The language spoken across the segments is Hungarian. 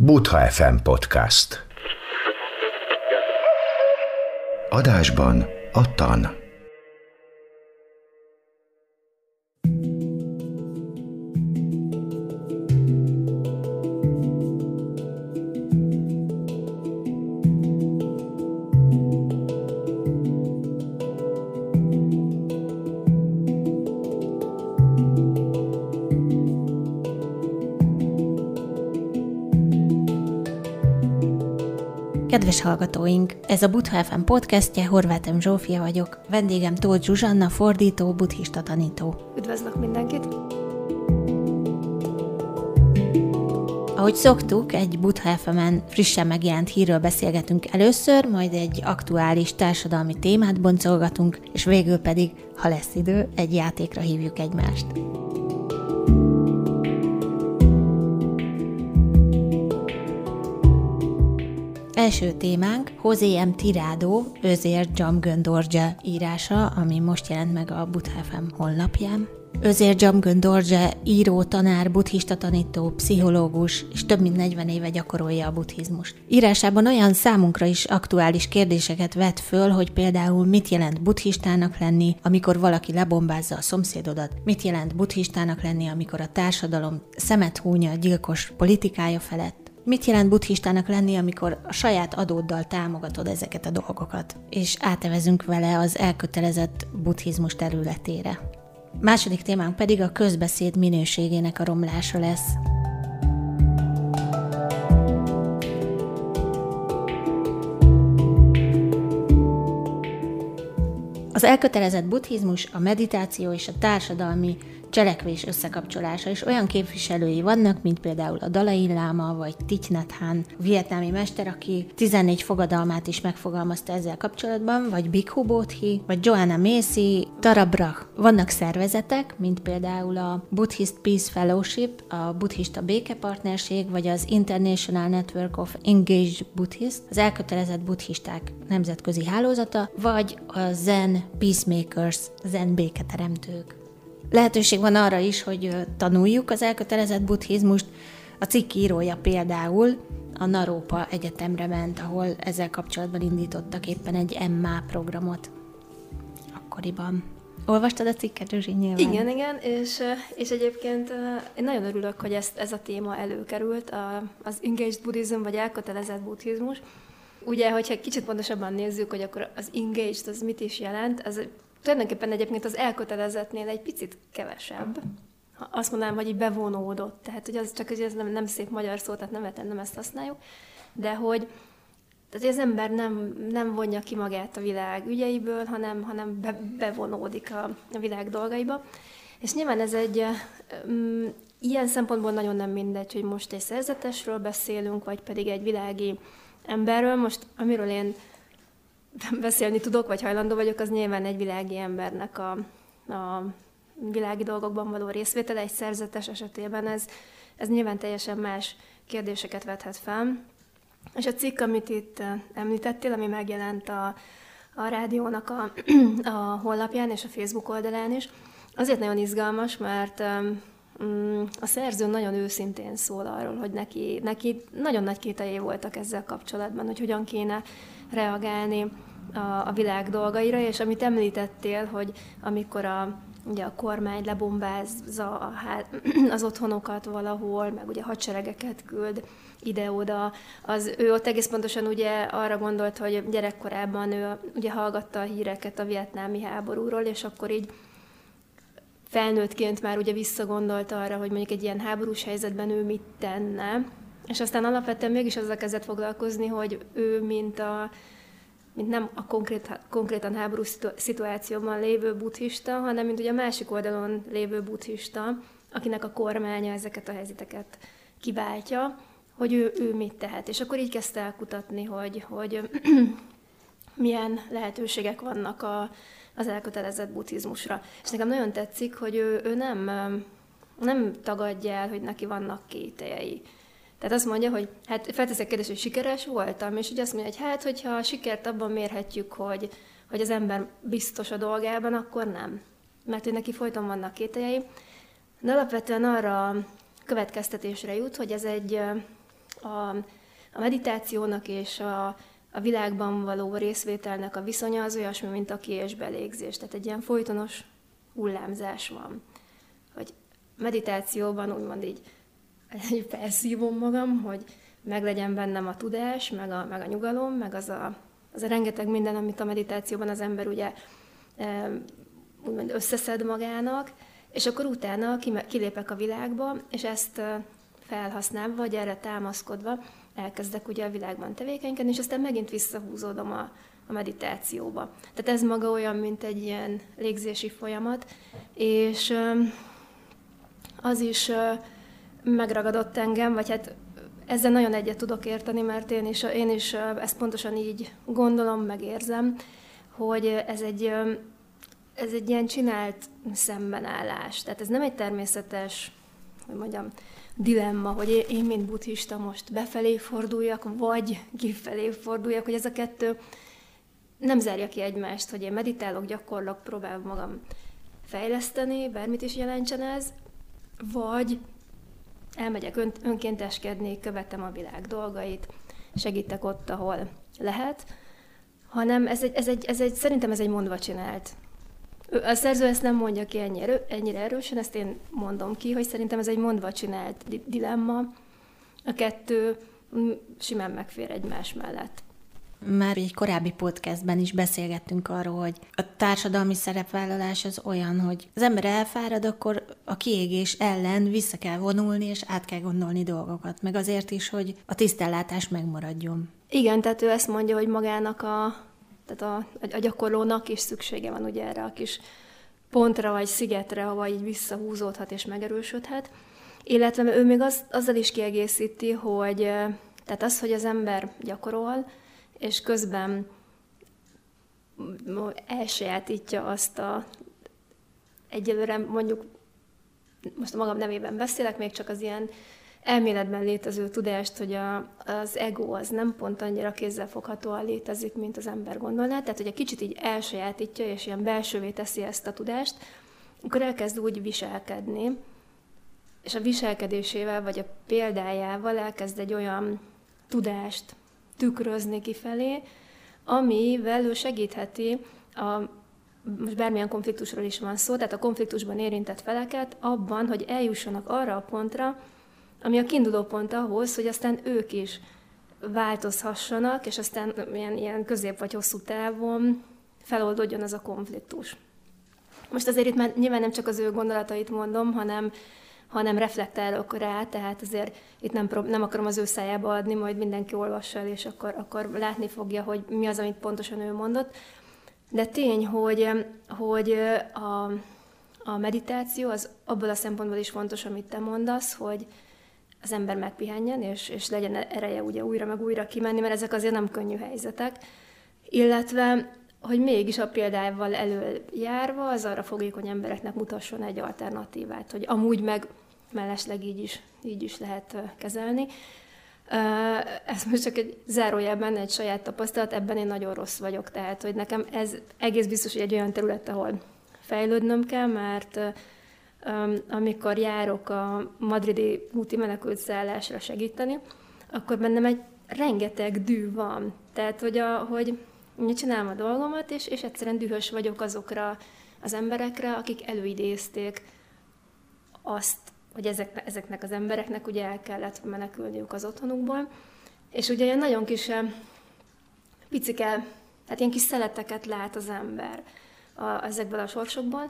Buddha FM Podcast. Adásban a tan. Kedves hallgatóink! Ez a Buddha FM podcastje, Horváth M. Zsófia vagyok. Vendégem Tóth Zsuzsanna, fordító, buddhista tanító. Üdvözlök mindenkit! Ahogy szoktuk, egy Buddha FM-en frissen megjelent hírről beszélgetünk először, majd egy aktuális társadalmi témát boncolgatunk, és végül pedig, ha lesz idő, egy játékra hívjuk egymást. Első témánk José M. Tirado, Özér Dzsamgön Dorje írása, ami most jelent meg a Buddha FM honlapján. Özér Dzsamgön Dorje író, tanár, buddhista tanító, pszichológus, és több mint 40 éve gyakorolja a buddhizmust. Írásában olyan számunkra is aktuális kérdéseket vet föl, hogy például mit jelent buddhistának lenni, amikor valaki lebombázza a szomszédodat, mit jelent buddhistának lenni, amikor a társadalom szemet húnya a gyilkos politikája felett, mit jelent buddhistának lenni, amikor a saját adóddal támogatod ezeket a dolgokat, és átevezünk vele az elkötelezett buddhizmus területére. Második témánk pedig a közbeszéd minőségének a romlása lesz. Az elkötelezett buddhizmus, a meditáció és a társadalmi cselekvés összekapcsolása, és olyan képviselői vannak, mint például a Dalai Láma, vagy Thich Nhat Hanh, vietnámi mester, aki 14 fogadalmát is megfogalmazta ezzel kapcsolatban, vagy Bhikkhu Bodhi, vagy Joanna Macy, Tara Brach. Vannak szervezetek, mint például a Buddhist Peace Fellowship, a buddhista békepartnerség, vagy az International Network of Engaged Buddhists, az elkötelezett buddhisták nemzetközi hálózata, vagy a Zen Peacemakers, Zen béketeremtők. Lehetőség van arra is, hogy tanuljuk az elkötelezett buddhizmust. A cikk írója például a Naropa Egyetemre ment, ahol ezzel kapcsolatban indítottak éppen egy MA programot akkoriban. Olvastad a cikket, Zsuzsi, nyilván? Igen, és egyébként én nagyon örülök, hogy ez a téma előkerült, az engaged buddhism, vagy elkötelezett buddhizmus. Ugye, hogyha kicsit pontosabban nézzük, hogy akkor az engaged az mit is jelent, az tulajdonképpen egyébként az elkötelezettnél egy picit kevesebb. Azt mondanám, hogy így bevonódott. Tehát, hogy az csak hogy ez nem szép magyar szó, tehát nem ezt használjuk. De hogy tehát az ember nem vonja ki magát a világ ügyeiből, hanem bevonódik a világ dolgaiba. És nyilván ez egy ilyen szempontból nagyon nem mindegy, hogy most egy szerzetesről beszélünk, vagy pedig egy világi emberről. Most, amiről én beszélni tudok, vagy hajlandó vagyok, az nyilván egy világi embernek a világi dolgokban való részvétele. Egy szerzetes esetében ez nyilván teljesen más kérdéseket vethet fel. És a cikk, amit itt említettél, ami megjelent a rádiónak a honlapján és a Facebook oldalán is, azért nagyon izgalmas, mert a szerző nagyon őszintén szól arról, hogy neki nagyon nagy kételjei voltak ezzel kapcsolatban, hogy hogyan kéne reagálni a világ dolgaira, és amit említettél, hogy amikor ugye a kormány lebombázza az otthonokat valahol, meg ugye hadseregeket küld ide-oda, ő ott egész pontosan ugye arra gondolt, hogy gyerekkorában ő ugye hallgatta a híreket a vietnámi háborúról, és akkor így felnőttként már ugye visszagondolt arra, hogy mondjuk egy ilyen háborús helyzetben ő mit tenne, és aztán alapvetően mégis azzal kezdett foglalkozni, hogy ő mint nem a konkrétan háborús szituációban lévő buddhista, hanem mint ugye a másik oldalon lévő buddhista, akinek a kormánya ezeket a helyzeteket kiváltja, hogy ő mit tehet. És akkor így kezdte el kutatni, hogy milyen lehetőségek vannak az elkötelezett buddhizmusra. És nekem nagyon tetszik, hogy ő nem tagadja el, hogy neki vannak kételyei. Tehát azt mondja, hogy hát felteszek kérdést, hogy sikeres voltam, és ugye azt mondja, hogy hát, hogyha a sikert abban mérhetjük, hogy az ember biztos a dolgában, akkor nem. Mert hogy neki folyton vannak kételjei. De alapvetően arra következtetésre jut, hogy ez egy A meditációnak és a világban való részvételnek a viszonya az olyasmi, mint a ki- és belégzés. Tehát egy ilyen folytonos hullámzás van. Hogy meditációban úgymond így felszívom magam, hogy meglegyen bennem a tudás, meg a nyugalom, meg az a rengeteg minden, amit a meditációban az ember ugye úgymond összeszed magának, és akkor utána kilépek a világba, és ezt felhasználva, vagy erre támaszkodva elkezdek ugye a világban tevékenykedni, és aztán megint visszahúzódom a meditációba. Tehát ez maga olyan, mint egy ilyen légzési folyamat, és az is megragadott engem, vagy hát ezzel nagyon egyet tudok érteni, mert én is ezt pontosan így gondolom, megérzem, hogy ez egy ilyen csinált szembenállás. Tehát ez nem egy természetes, hogy mondjam, dilemma, hogy én, mint buddhista most befelé forduljak, vagy kifelé forduljak, hogy ez a kettő nem zárja ki egymást, hogy én meditálok, gyakorlok, próbálom magam fejleszteni, bármit is jelentsen ez, vagy elmegyek önkénteskedni, követem a világ dolgait, segítek ott, ahol lehet, hanem szerintem ez egy mondva csinált. A szerző ezt nem mondja ki ennyire erősen, ezt én mondom ki, hogy szerintem ez egy mondva csinált dilemma. A kettő simán megfér egymás mellett. Már egy korábbi podcastben is beszélgettünk arról, hogy a társadalmi szerepvállalás az olyan, hogy az ember elfárad, akkor a kiégés ellen vissza kell vonulni, és át kell gondolni dolgokat. Meg azért is, hogy a tisztellátás megmaradjon. Igen, tehát ő ezt mondja, hogy magának tehát a gyakorlónak is szüksége van ugye erre a kis pontra vagy szigetre, ahol így visszahúzódhat és megerősödhet. Illetve ő még azzal is kiegészíti, hogy tehát az, hogy az ember gyakorol, és közben elsajátítja azt egyelőre mondjuk, most a magam nevében beszélek, még csak az ilyen elméletben létező tudást, hogy az ego az nem pont annyira kézzelfoghatóan létezik, mint az ember gondolná, tehát hogy egy kicsit így elsajátítja, és ilyen belsővé teszi ezt a tudást, akkor elkezd úgy viselkedni, és a viselkedésével, vagy a példájával elkezd egy olyan tudást tükrözni kifelé, amivel ő segítheti most bármilyen konfliktusról is van szó, tehát a konfliktusban érintett feleket abban, hogy eljussanak arra a pontra, ami a kiinduló pont ahhoz, hogy aztán ők is változhassanak, és aztán ilyen közép vagy hosszú távon feloldódjon az a konfliktus. Most azért itt már nyilván nem csak az ő gondolatait mondom, hanem reflektálok rá, tehát azért itt nem akarom az ő szájába adni, majd mindenki olvassa el, és akkor látni fogja, hogy mi az, amit pontosan ő mondott. De tény, hogy a meditáció az abból a szempontból is fontos, amit te mondasz, hogy az ember megpihenjen, és legyen ereje ugye újra meg újra kimenni, mert ezek azért nem könnyű helyzetek. Illetve, hogy mégis a példával előjárva az arra fogékony embereknek mutasson egy alternatívát, hogy amúgy meg mellesleg így is lehet kezelni. Ez most csak egy zárójelben egy saját tapasztalat, ebben én nagyon rossz vagyok, tehát hogy nekem ez egész biztos, hogy egy olyan terület, ahol fejlődnöm kell, mert amikor járok a madridi úti menekültszállásra segíteni, akkor bennem egy rengeteg dű van. Tehát, hogy csinálom a dolgomat, és egyszerűen dühös vagyok azokra az emberekre, akik előidézték azt, hogy ezeknek az embereknek ugye el kellett menekülniük az otthonukból. És ugye ilyen nagyon kis picike, hát ilyen kis szeleteket lát az ember ezekből a sorsokból,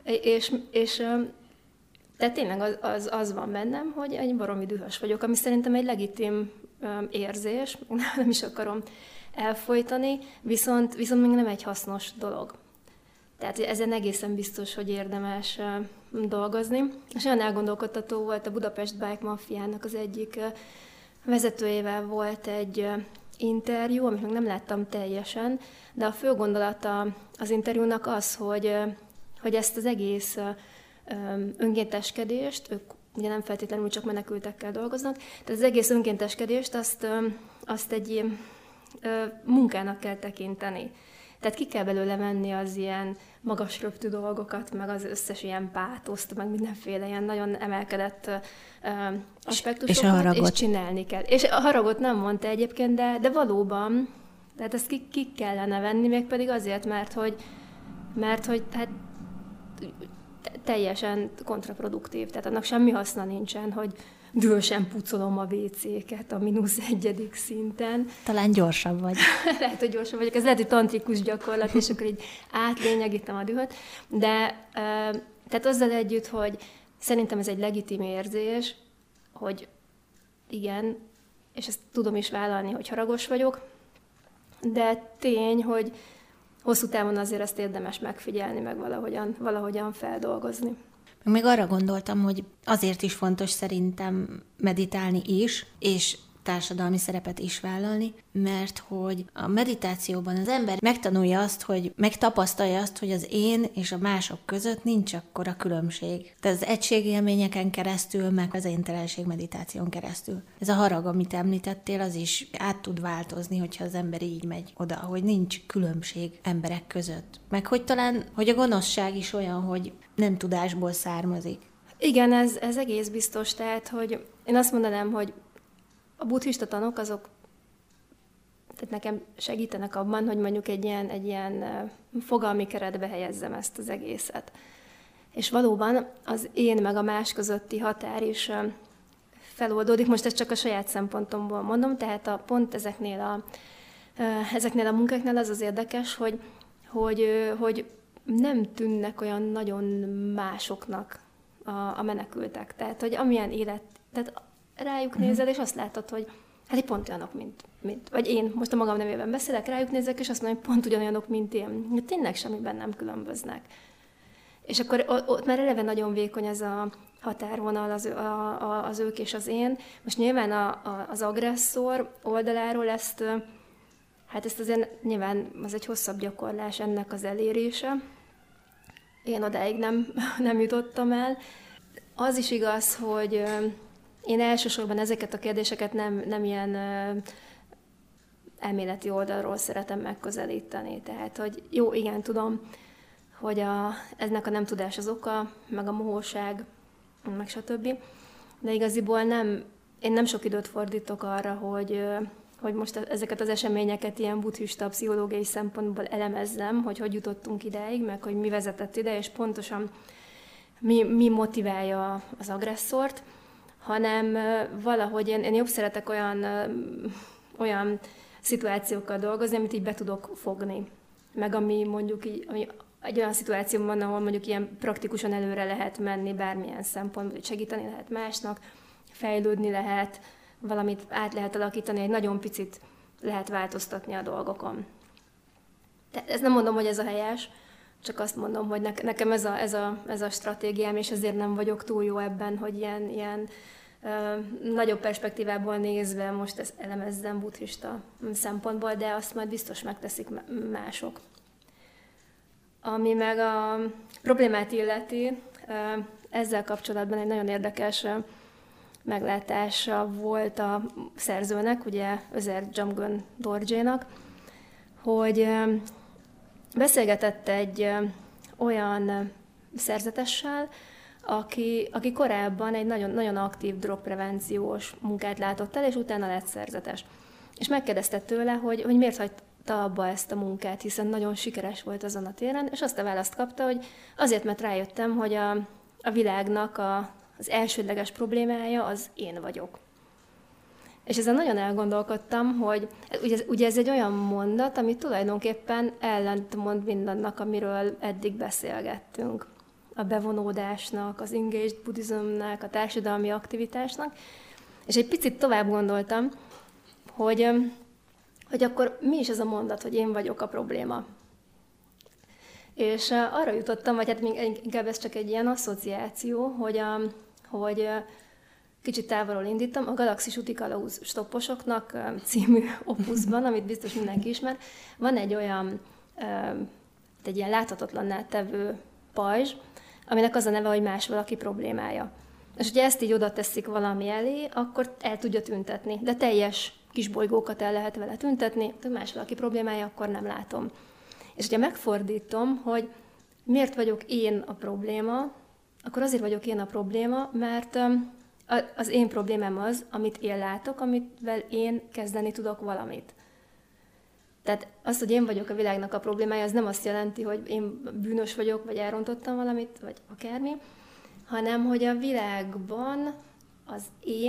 és tehát tényleg az van bennem, hogy egy baromi dühös vagyok, ami szerintem egy legitim érzés, nem is akarom elfojtani, viszont még nem egy hasznos dolog. Tehát ezen egészen biztos, hogy érdemes dolgozni. És olyan elgondolkodtató volt, a Budapest Bike Mafiának az egyik vezetőjével volt egy interjú, amit még nem láttam teljesen, de a fő gondolata az interjúnak az, hogy ezt az egész önkénteskedést, ők ugye nem feltétlenül csak menekültekkel dolgoznak, tehát az egész önkénteskedést azt egy munkának kell tekinteni. Tehát ki kell belőle venni az ilyen magas röptű dolgokat, meg az összes ilyen pátoszt, meg mindenféle ilyen nagyon emelkedett aspektusokat, és csinálni kell. És a haragot nem mondta egyébként, de valóban, tehát ezt ki kellene venni, mégpedig azért, mert hogy hát teljesen kontraproduktív, tehát annak semmi haszna nincsen, hogy dühösen pucolom a WC-ket a -1. Szinten. Talán gyorsabb vagy. Lehet, hogy gyorsabb vagyok. Ez lehet, hogy tantrikus gyakorlat, és akkor így átlényegítem a dühöt. De tehát azzal együtt, hogy szerintem ez egy legitim érzés, hogy igen, és ezt tudom is vállalni, hogy haragos vagyok, de tény, hogy hosszú távon azért ezt érdemes megfigyelni, meg valahogyan feldolgozni. Még arra gondoltam, hogy azért is fontos szerintem meditálni is, és társadalmi szerepet is vállalni, mert hogy a meditációban az ember megtanulja azt, megtapasztalja azt, hogy az én és a mások között nincs akkora különbség. Tehát az egységélményeken keresztül, meg az éntelenség meditáción keresztül. Ez a harag, amit említettél, az is át tud változni, hogyha az ember így megy oda, hogy nincs különbség emberek között. Meg hogy talán, hogy a gonoszság is olyan, hogy nem tudásból származik. Igen, ez egész biztos, tehát, hogy én azt mondanám, hogy a buddhista tanok azok tehát nekem segítenek abban, hogy mondjuk egy ilyen fogalmi keretbe helyezzem ezt az egészet. És valóban az én meg a más közötti határ is feloldódik. Most ezt csak a saját szempontomból mondom, tehát pont ezeknél a munkáknál az érdekes, hogy nem tűnnek olyan nagyon másoknak a menekültek. Tehát, hogy amilyen élet, tehát rájuk nézel, és azt látod, hogy hát pont olyanok, mint vagy én most a magam nevében beszélek, rájuk nézek, és azt mondom, hogy pont ugyanolyanok, mint én. Tényleg semmiben nem különböznek. És akkor ott már eleve nagyon vékony ez a határvonal, az ők és az én. Most nyilván az agresszor oldaláról ezt azért nyilván az egy hosszabb gyakorlás ennek az elérése. Én odáig nem jutottam el. Az is igaz, hogy én elsősorban ezeket a kérdéseket nem ilyen elméleti oldalról szeretem megközelíteni. Tehát, hogy jó, igen, tudom, hogy ennek a nem tudás az oka, meg a mohóság, meg stb. De igaziból én nem sok időt fordítok arra, hogy most ezeket az eseményeket ilyen buddhista pszichológiai szempontból elemezzem, hogy jutottunk ideig, meg hogy mi vezetett ide, és pontosan mi motiválja az agresszort, hanem valahogy én jobb szeretek olyan szituációkkal dolgozni, amit így be tudok fogni. Meg ami mondjuk így, egy olyan szituáció van, ahol mondjuk ilyen praktikusan előre lehet menni bármilyen szempontból, hogy segíteni lehet másnak, fejlődni lehet, valamit át lehet alakítani, egy nagyon picit lehet változtatni a dolgokon. Ez nem mondom, hogy ez a helyes, csak azt mondom, hogy nekem ez a stratégiám, és ezért nem vagyok túl jó ebben, hogy ilyen nagyobb perspektívából nézve most ezt elemezzem buddhista szempontból, de azt majd biztos megteszik mások. Ami meg a problémát illeti, ezzel kapcsolatban egy nagyon érdekes meglátása volt a szerzőnek, ugye Özer Jamgon Dorjénak, hogy beszélgetett egy olyan szerzetessel, aki korábban egy nagyon, nagyon aktív drogprevenciós munkát látott el, és utána lett szerzetes. És megkérdezte tőle, hogy miért hagyta abba ezt a munkát, hiszen nagyon sikeres volt azon a téren, és azt a választ kapta, hogy azért, mert rájöttem, hogy a világnak az elsődleges problémája az én vagyok. És ezen nagyon elgondolkodtam, hogy ugye ez egy olyan mondat, ami tulajdonképpen ellentmond mindannak, amiről eddig beszélgettünk. A bevonódásnak, az engaged buddhismnak, a társadalmi aktivitásnak. És egy picit tovább gondoltam, hogy akkor mi is ez a mondat, hogy én vagyok a probléma. És arra jutottam, vagy hát még inkább ez csak egy ilyen asszociáció, hogy kicsit távolról indítom, a Galaxis úti kalauz stopposoknak című opuszban, amit biztos mindenki ismer, van egy olyan, egy ilyen láthatatlanná tevő pajzs, aminek az a neve, hogy más valaki problémája. És ugye ezt így oda teszik valami elé, akkor el tudja tüntetni, de teljes kis bolygókat el lehet vele tüntetni, de más valaki problémája, akkor nem látom. És ugye megfordítom, hogy miért vagyok én a probléma, akkor azért vagyok én a probléma, mert az én problémám az, amit én látok, amivel én kezdeni tudok valamit. Tehát az, hogy én vagyok a világnak a problémája, az nem azt jelenti, hogy én bűnös vagyok, vagy elrontottam valamit, vagy akármi, hanem hogy a világban az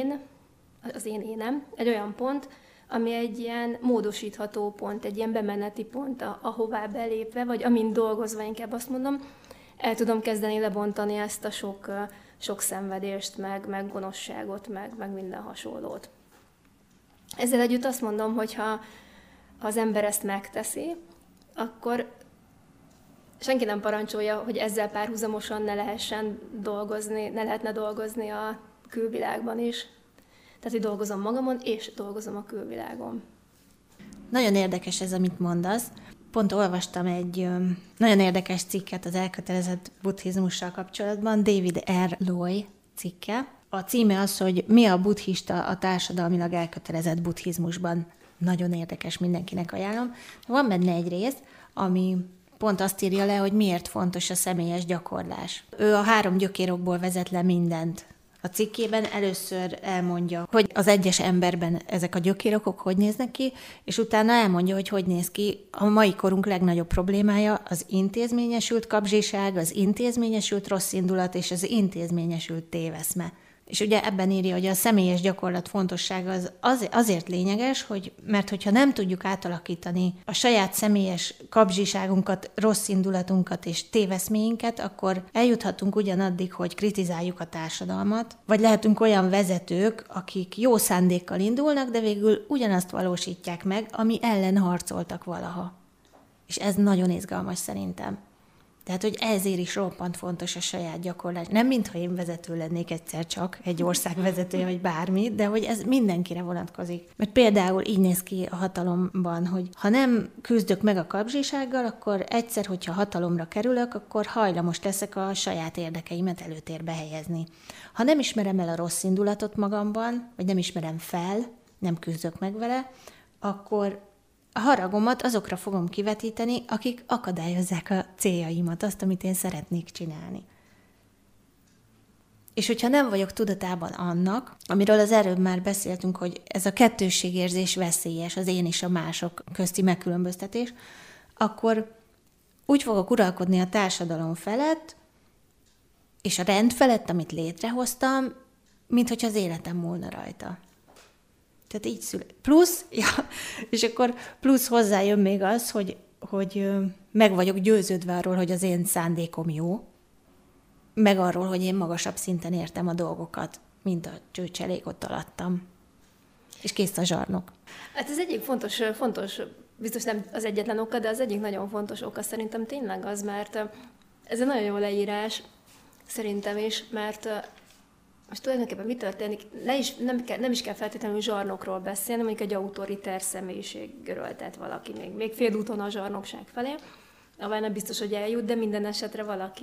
én énem egy olyan pont, ami egy ilyen módosítható pont, egy ilyen bemeneti pont, ahová belépve, vagy amin dolgozva, inkább azt mondom, el tudom kezdeni lebontani ezt a sok szenvedést, meg gonoszságot, meg minden hasonlót. Ezzel együtt azt mondom, hogy ha az ember ezt megteszi, akkor senki nem parancsolja, hogy ezzel párhuzamosan ne lehetne dolgozni a külvilágban is. Tehát, hogy dolgozom magamon, és dolgozom a külvilágon. Nagyon érdekes ez, amit mondasz. Pont olvastam egy nagyon érdekes cikket az elkötelezett buddhizmussal kapcsolatban, David R. Loy cikke. A címe az, hogy mi a buddhista a társadalmilag elkötelezett buddhizmusban. Nagyon érdekes, mindenkinek ajánlom. Van benne egy rész, ami pont azt írja le, hogy miért fontos a személyes gyakorlás. Ő a 3 gyökérokból vezet le mindent. A cikkében először elmondja, hogy az egyes emberben ezek a gyökérokok hogy néznek ki, és utána elmondja, hogy néz ki a mai korunk legnagyobb problémája, az intézményesült kapzsiság, az intézményesült rosszindulat és az intézményesült téveszme. És ugye ebben írja, hogy a személyes gyakorlat fontossága azért lényeges, mert hogyha nem tudjuk átalakítani a saját személyes kapzsiságunkat, rossz indulatunkat és téveszméinket, akkor eljuthatunk ugyanaddig, hogy kritizáljuk a társadalmat, vagy lehetünk olyan vezetők, akik jó szándékkal indulnak, de végül ugyanazt valósítják meg, ami ellen harcoltak valaha. És ez nagyon izgalmas szerintem. Tehát, hogy ezért is roppant fontos a saját gyakorlás. Nem mintha én vezető lennék egyszer csak, egy ország vezetője, vagy bármi, de hogy ez mindenkire vonatkozik. Mert például így néz ki a hatalomban, hogy ha nem küzdök meg a kapzsisággal, akkor egyszer, hogyha hatalomra kerülök, akkor hajlamos leszek a saját érdekeimet előtérbe helyezni. Ha nem ismerem el a rossz indulatot magamban, vagy nem ismerem fel, nem küzdök meg vele, akkor a haragomat azokra fogom kivetíteni, akik akadályozzák a céljaimat, azt, amit én szeretnék csinálni. És hogyha nem vagyok tudatában annak, amiről az előbb már beszéltünk, hogy ez a kettősségérzés veszélyes, az én és a mások közti megkülönböztetés, akkor úgy fogok uralkodni a társadalom felett, és a rend felett, amit létrehoztam, mint hogyha az életem múlna rajta. Tehát így plusz, és akkor plusz hozzájön még az, hogy meg vagyok győződve arról, hogy az én szándékom jó, meg arról, hogy én magasabb szinten értem a dolgokat, mint a csőcselék ott alattam. És kész a zsarnok. Hát ez egyik fontos, biztos nem az egyetlen oka, de az egyik nagyon fontos oka szerintem tényleg az, mert ez egy nagyon jó leírás, szerintem is, mert most tulajdonképpen mi történik? Nem is kell feltétlenül zsarnokról beszélni, mondjuk egy autoriter személyiségről, tehát valaki még félúton a zsarnokság felé, ahol nem biztos, hogy eljut, de minden esetre valaki,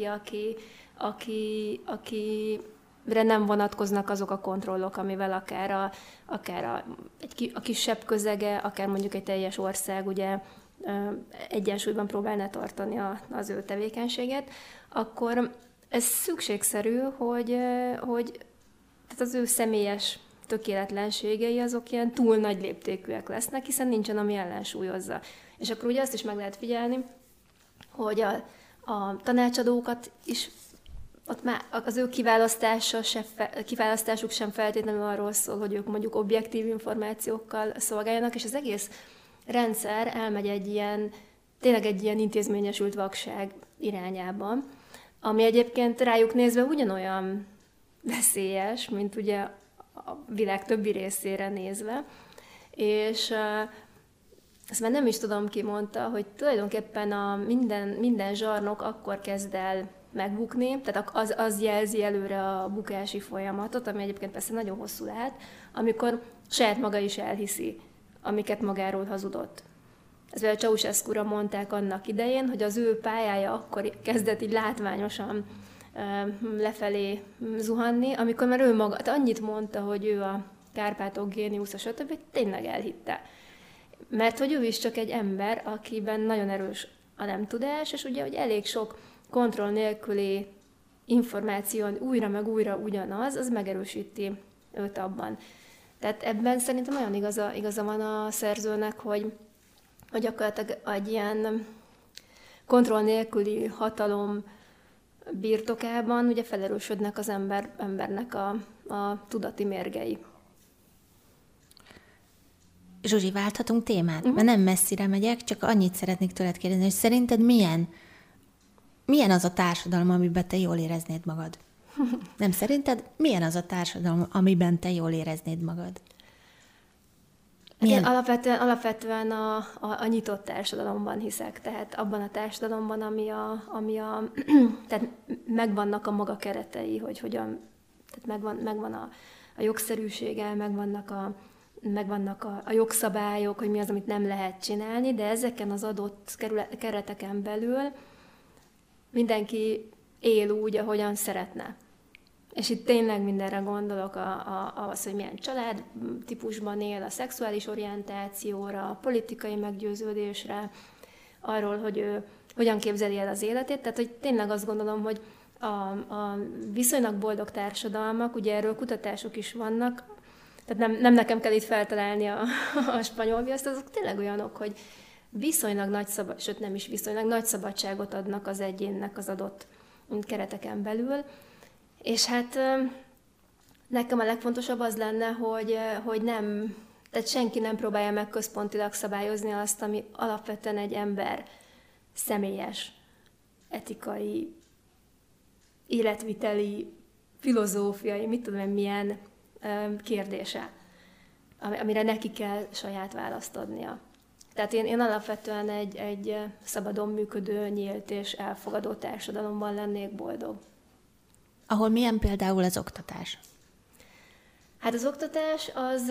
akire nem vonatkoznak azok a kontrollok, amivel akár a kisebb közege, akár mondjuk egy teljes ország ugye egyensúlyban próbálná tartani az ő tevékenységet, akkor ez szükségszerű, hogy tehát az ő személyes tökéletlenségei azok ilyen túl nagy léptékűek lesznek, hiszen nincsen, ami ellensúlyozza. És akkor ugye azt is meg lehet figyelni, hogy a tanácsadókat is, ott már az ő kiválasztásuk sem feltétlenül arról szól, hogy ők mondjuk objektív információkkal szolgáljanak, és az egész rendszer elmegy tényleg egy ilyen intézményesült vakság irányában, ami egyébként rájuk nézve ugyanolyan veszélyes, mint ugye a világ többi részére nézve, és ezt már nem is tudom, ki mondta, hogy tulajdonképpen minden zsarnok akkor kezd el megbukni, tehát az jelzi előre a bukási folyamatot, ami egyébként persze nagyon hosszú lehet, amikor saját maga is elhiszi, amiket magáról hazudott. Ez például Ceausescu-ra mondták annak idején, hogy az ő pályája akkor kezdett így látványosan lefelé zuhanni, amikor már ő maga, annyit mondta, hogy ő a Kárpátok géniusza, stb., tényleg elhitte. Mert hogy ő is csak egy ember, akiben nagyon erős nem tudás, és ugye, hogy elég sok kontroll nélküli információn újra meg újra ugyanaz, az megerősíti őt abban. Tehát ebben szerintem olyan igaza van a szerzőnek, hogy gyakorlatilag egy ilyen kontroll nélküli hatalom birtokában ugye felerősödnek az embernek a tudati mérgei. Zsuzsi, válthatunk témát? Mert nem messzire megyek, csak annyit szeretnék tőled kérdezni, hogy szerinted milyen az a társadalom, amiben te jól éreznéd magad? Nem szerinted? Milyen az a társadalom, amiben te jól éreznéd magad? Én alapvetően a nyitott társadalomban hiszek, tehát abban a társadalomban, ami tehát megvannak a maga keretei, hogy hogyan, tehát megvan a jogszerűsége, megvannak a jogszabályok, hogy mi az, amit nem lehet csinálni, de ezeken az adott kereteken belül mindenki él úgy, ahogyan szeretne. És itt tényleg mindenre gondolok, az, hogy milyen családtípusban él, a szexuális orientációra, a politikai meggyőződésre, arról, hogy ő hogyan képzeli el az életét. Tehát, hogy tényleg azt gondolom, hogy a viszonylag boldog társadalmak, ugye erről kutatások is vannak, tehát nem nekem kell itt feltalálni a spanyol viaszt, azok tényleg olyanok, hogy viszonylag sőt nem is viszonylag nagy szabadságot adnak az egyénnek az adott kereteken belül. És hát nekem a legfontosabb az lenne, hogy tehát senki nem próbálja meg központilag szabályozni azt, ami alapvetően egy ember személyes, etikai, életviteli, filozófiai, mit tudom én, milyen kérdése, amire neki kell saját választ adnia. Tehát én alapvetően egy szabadon működő, nyílt és elfogadó társadalomban lennék boldog. Ahol milyen például az oktatás? Hát az oktatás az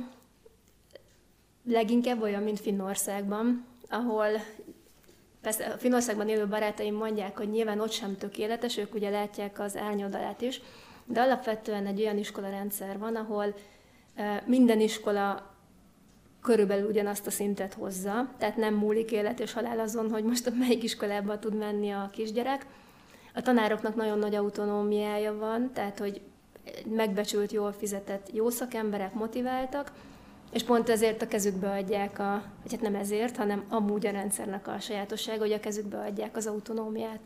leginkább olyan, mint Finnországban, ahol persze a Finnországban élő barátaim mondják, hogy nyilván ott sem tökéletes, ők ugye látják az árnyoldalát is, de alapvetően egy olyan iskolarendszer van, ahol minden iskola körülbelül ugyanazt a szintet hozza, tehát nem múlik élet és halál azon, hogy most melyik iskolába tud menni a kisgyerek. A tanároknak nagyon nagy autonómiája van, tehát hogy megbecsült, jól fizetett jó szakemberek motiváltak, és pont ezért a kezükbe adják, vagy hát nem ezért, hanem amúgy a rendszernek a sajátossága, hogy a kezükbe adják az autonómiát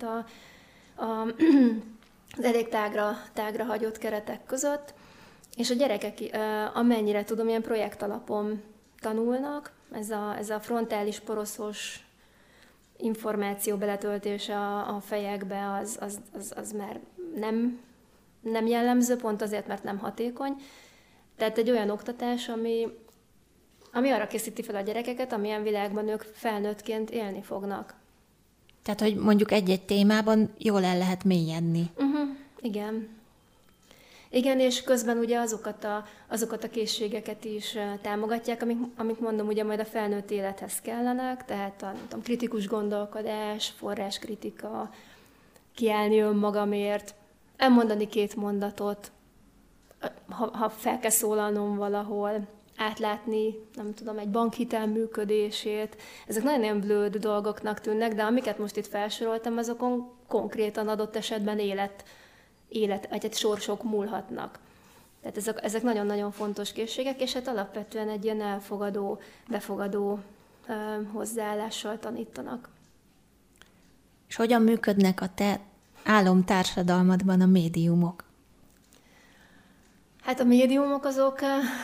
az elég tágra hagyott keretek között, és a gyerekek, amennyire tudom, ilyen projekt alapon tanulnak, ez a frontális poroszos információ beletöltése a fejekbe, az már nem jellemző, pont azért, mert nem hatékony. Tehát egy olyan oktatás, ami arra készíti fel a gyerekeket, amilyen világban ők felnőttként élni fognak. Tehát, hogy mondjuk egy-egy témában jól el lehet mélyedni. Igen. Igen, és közben ugye azokat a készségeket is támogatják, amik mondom, ugye majd a felnőtt élethez kellenek, tehát a kritikus gondolkodás, forráskritika, kiállni önmagamért, elmondani 2 mondatot, ha fel kell szólalnom valahol, átlátni, nem tudom, egy bankhitel működését. Ezek nagyon blőd dolgoknak tűnnek, de amiket most itt felsoroltam, azokon konkrétan adott esetben vagy sorsok múlhatnak. Tehát ezek nagyon-nagyon fontos készségek, és hát alapvetően egy ilyen elfogadó, befogadó hozzáállással tanítanak. És hogyan működnek a te álomtársadalmadban a médiumok? Hát a médiumok azok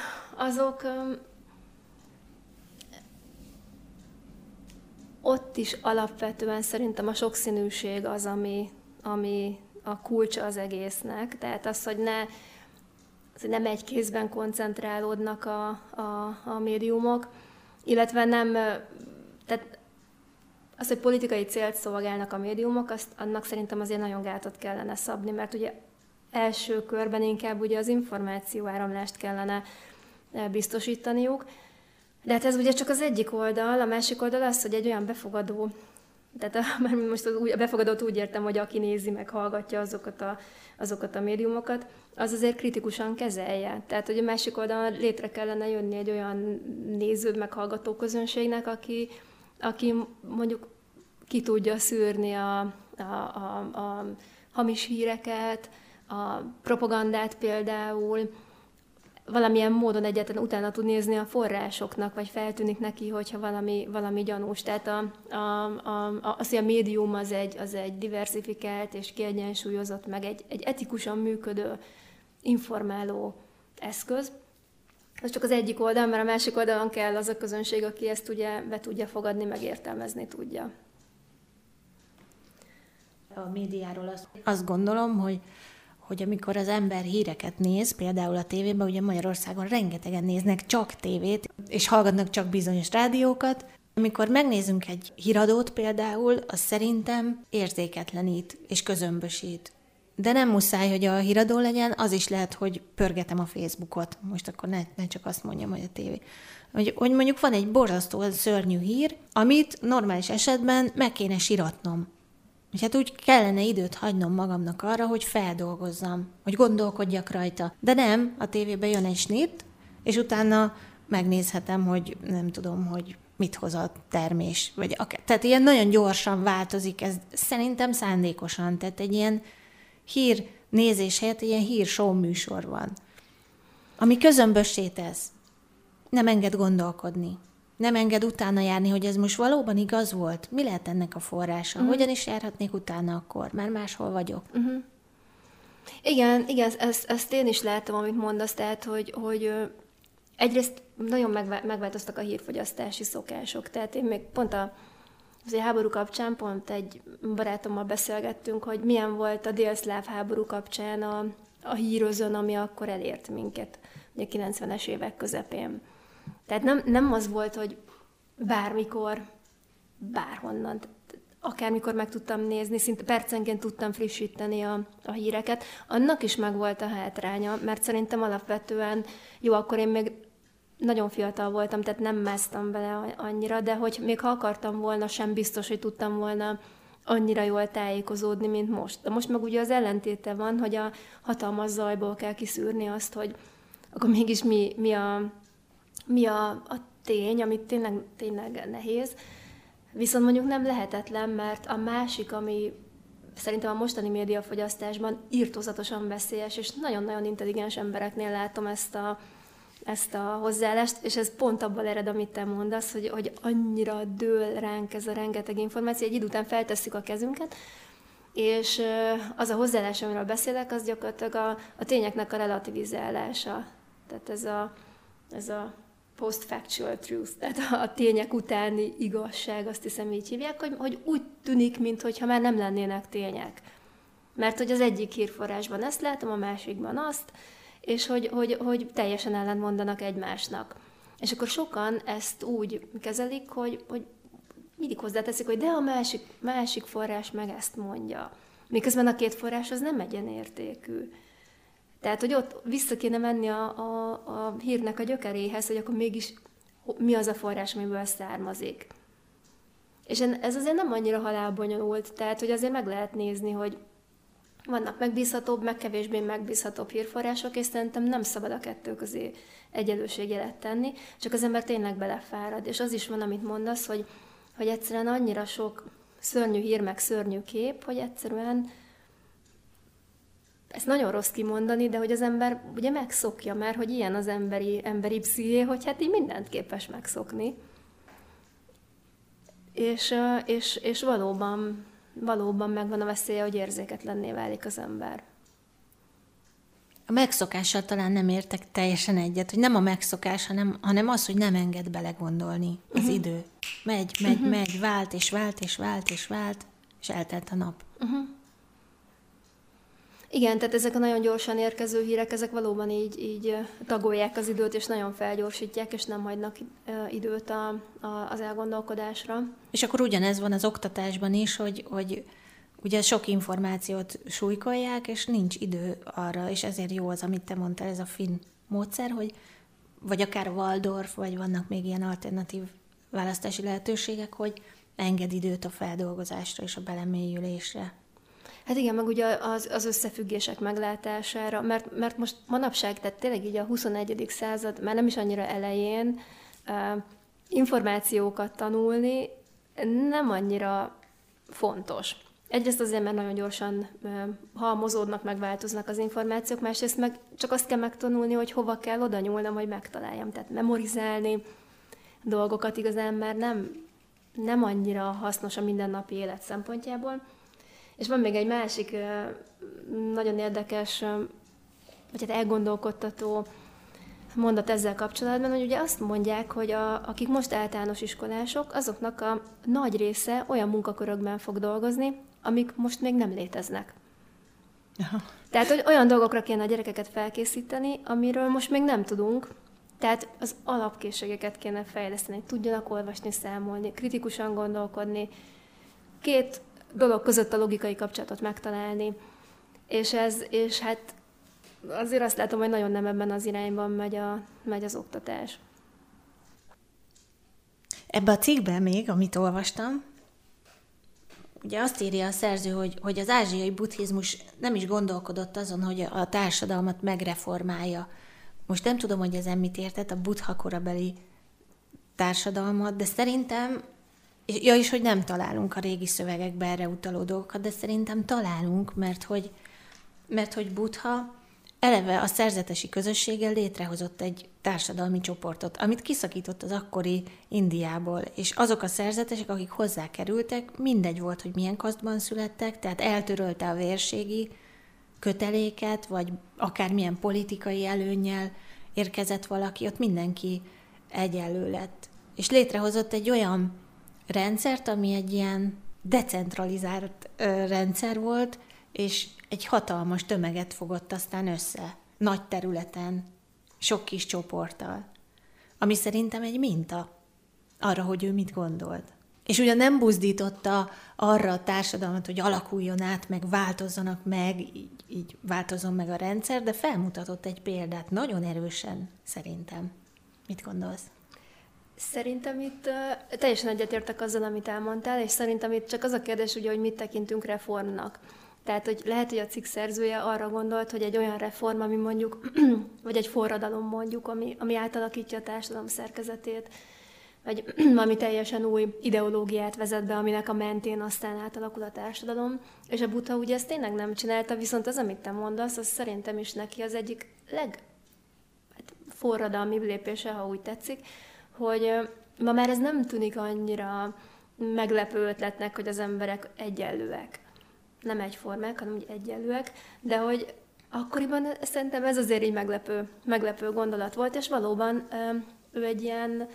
ott is alapvetően szerintem a sokszínűség az, ami a kulcsa az egésznek. Tehát az, hogy nem egy kézben koncentrálódnak a médiumok, illetve tehát az, hogy politikai célt szolgálnak a médiumok, annak szerintem azért nagyon gátat kellene szabni, mert ugye első körben inkább ugye az információáramlást kellene biztosítaniuk. De hát ez ugye csak az egyik oldal, a másik oldal az, hogy egy olyan befogadó, tehát most a befogadót úgy értem, hogy aki nézi, meg hallgatja azokat a médiumokat, az azért kritikusan kezelje. Tehát, hogy a másik oldalon létre kellene jönni egy olyan néző, meg hallgató közönségnek, aki mondjuk ki tudja szűrni a hamis híreket, a propagandát például, valamilyen módon egyáltalán utána tud nézni a forrásoknak, vagy feltűnik neki, hogyha valami gyanús. Tehát az, hogy a médium az egy diversifikált és kiegyensúlyozott, meg egy etikusan működő, informáló eszköz. Ez csak az egyik oldal, mert a másik oldalon kell az a közönség, aki ezt ugye be tudja fogadni, meg értelmezni tudja. A médiáról azt gondolom, hogy amikor az ember híreket néz, például a tévében, ugye Magyarországon rengetegen néznek csak tévét, és hallgatnak csak bizonyos rádiókat. Amikor megnézünk egy híradót például, az szerintem érzéketlenít és közömbösít. De nem muszáj, hogy a híradó legyen, az is lehet, hogy pörgetem a Facebookot. Most akkor ne csak azt mondjam, hogy a tévé. Hogy mondjuk van egy borzasztó szörnyű hír, amit normális esetben meg kéne siratnom. És hát úgy kellene időt hagynom magamnak arra, hogy feldolgozzam, hogy gondolkodjak rajta. De nem, a tévében jön egy snit, és utána megnézhetem, hogy nem tudom, hogy mit hoz a termés. Vagy akár. Tehát ilyen nagyon gyorsan változik, ez szerintem szándékosan. Tehát egy ilyen hír nézés helyett egy ilyen hír-show műsor van, ami közömbössé tesz. Nem enged gondolkodni. Nem enged utána járni, hogy ez most valóban igaz volt? Mi lehet ennek a forrása? Hogyan is járhatnék utána akkor? Már máshol vagyok. Igen, ezt én is látom, amit mondasz, tehát, hogy egyrészt nagyon megváltoztak a hírfogyasztási szokások. Tehát én még pont a háború kapcsán, pont egy barátommal beszélgettünk, hogy milyen volt a délszláv háború kapcsán a hírözön, ami akkor elért minket, ugye 90-es évek közepén. Tehát nem az volt, hogy bármikor, bárhonnan, akármikor meg tudtam nézni, szinte percenként tudtam frissíteni a híreket. Annak is megvolt a hátránya, mert szerintem alapvetően, jó, akkor én még nagyon fiatal voltam, tehát nem másztam bele annyira, de hogy még ha akartam volna, sem biztos, hogy tudtam volna annyira jól tájékozódni, mint most. De most meg ugye az ellentéte van, hogy a hatalmas zajból kell kiszűrni azt, hogy akkor mégis mi a tény, amit tényleg nehéz. Viszont mondjuk nem lehetetlen, mert a másik, ami szerintem a mostani médiafogyasztásban irtózatosan veszélyes, és nagyon-nagyon intelligens embereknél látom ezt a hozzáállást, és ez pont abból ered, amit te mondasz, hogy annyira dől ránk ez a rengeteg információ, egy idő után feltesszük a kezünket, és az a hozzáállás, amiről beszélek, az gyakorlatilag a tényeknek a relativizálása. Tehát ez a post-factual truth, tehát a tények utáni igazság, azt hiszem így hívják, hogy úgy tűnik, mintha már nem lennének tények. Mert hogy az egyik hírforrásban ezt látom, a másikban azt, és hogy teljesen ellentmondanak egymásnak. És akkor sokan ezt úgy kezelik, hogy mindig hozzáteszik, hogy de a másik forrás meg ezt mondja. Miközben a két forrás az nem egyenértékű. Tehát, hogy ott vissza kéne menni a hírnek a gyökeréhez, hogy akkor mégis mi az a forrás, amiből származik. És ez azért nem annyira halálbonyolult, tehát, hogy azért meg lehet nézni, hogy vannak megbízhatóbb, meg kevésbé megbízhatóbb hírforrások, és szerintem nem szabad a kettő közé egyenlőségjelet tenni, csak az ember tényleg belefárad. És az is van, amit mondasz, hogy egyszerűen annyira sok szörnyű hír, meg szörnyű kép, hogy egyszerűen ezt nagyon rossz kimondani, de hogy az ember ugye megszokja, mert hogy ilyen az emberi psziché, hogy hát így mindent képes megszokni. És valóban megvan a veszélye, hogy érzéketlenné válik az ember. A megszokással talán nem értek teljesen egyet, hogy nem a megszokás, hanem az, hogy nem enged belegondolni az idő. Megy, vált, és eltelt a nap. Igen, tehát ezek a nagyon gyorsan érkező hírek, ezek valóban így tagolják az időt, és nagyon felgyorsítják, és nem hagynak időt az elgondolkodásra. És akkor ugyanez van az oktatásban is, hogy ugye sok információt súlykolják, és nincs idő arra, és ezért jó az, amit te mondtál, ez a finn módszer, hogy vagy akár a Waldorf, vagy vannak még ilyen alternatív választási lehetőségek, hogy enged időt a feldolgozásra és a belemélyülésre. Hát igen, meg ugye az összefüggések meglátására, mert most manapság, tehát tényleg így a 21. század, már nem is annyira elején, információkat tanulni nem annyira fontos. Egyrészt azért, mert nagyon gyorsan halmozódnak, megváltoznak az információk, másrészt meg csak azt kell megtanulni, hogy hova kell oda nyúlnom, hogy megtaláljam. Tehát memorizálni dolgokat igazán már nem annyira hasznos a mindennapi élet szempontjából. És van még egy másik nagyon érdekes, vagy hát elgondolkodtató mondat ezzel kapcsolatban, hogy ugye azt mondják, hogy akik most általános iskolások, azoknak a nagy része olyan munkakörökben fog dolgozni, amik most még nem léteznek. Aha. Tehát, hogy olyan dolgokra kéne a gyerekeket felkészíteni, amiről most még nem tudunk. Tehát az alapkészségeket kéne fejleszteni, tudjanak olvasni, számolni, kritikusan gondolkodni, két dolog között a logikai kapcsolatot megtalálni, és hát azért azt látom, hogy nagyon nem ebben az irányban megy az oktatás. Ebbe a cikkben még, amit olvastam, ugye azt írja a szerző, hogy az ázsiai buddhizmus nem is gondolkodott azon, hogy a társadalmat megreformálja. Most nem tudom, hogy ezen mit értett, a buddha korabeli társadalmat, de szerintem, és hogy nem találunk a régi szövegekben erre utaló dolgokat, de szerintem találunk, mert hogy Buddha eleve a szerzetesi közösséggel létrehozott egy társadalmi csoportot, amit kiszakított az akkori Indiából, és azok a szerzetesek, akik hozzá kerültek, mindegy volt, hogy milyen kasztban születtek, tehát eltörölte a vérségi köteléket, vagy akármilyen politikai előnnyel érkezett valaki, ott mindenki egyenlő lett. És létrehozott egy olyan rendszert, ami egy ilyen decentralizált rendszer volt, és egy hatalmas tömeget fogott aztán össze, nagy területen, sok kis csoporttal, ami szerintem egy minta arra, hogy ő mit gondolt. És ugyan nem buzdította arra a társadalmat, hogy alakuljon át, meg változzanak meg, így változzon meg a rendszer, de felmutatott egy példát nagyon erősen, szerintem. Mit gondolsz? Szerintem itt teljesen egyetértek azzal, amit elmondtál, és szerintem itt csak az a kérdés, ugye, hogy mit tekintünk reformnak. Tehát, hogy lehet, hogy a cikk szerzője arra gondolt, hogy egy olyan reform, ami mondjuk, vagy egy forradalom mondjuk, ami átalakítja a társadalom szerkezetét, vagy ami teljesen új ideológiát vezet be, aminek a mentén aztán átalakul a társadalom. És a Buddha ugye ezt tényleg nem csinálta, viszont az, amit te mondasz, az szerintem is neki az egyik legforradalmibb lépése, ha úgy tetszik, hogy ma már ez nem tűnik annyira meglepő ötletnek, hogy az emberek egyenlőek. Nem egyformák, hanem úgy egyenlőek, de hogy akkoriban szerintem ez azért így meglepő gondolat volt, és valóban ő egy ilyen,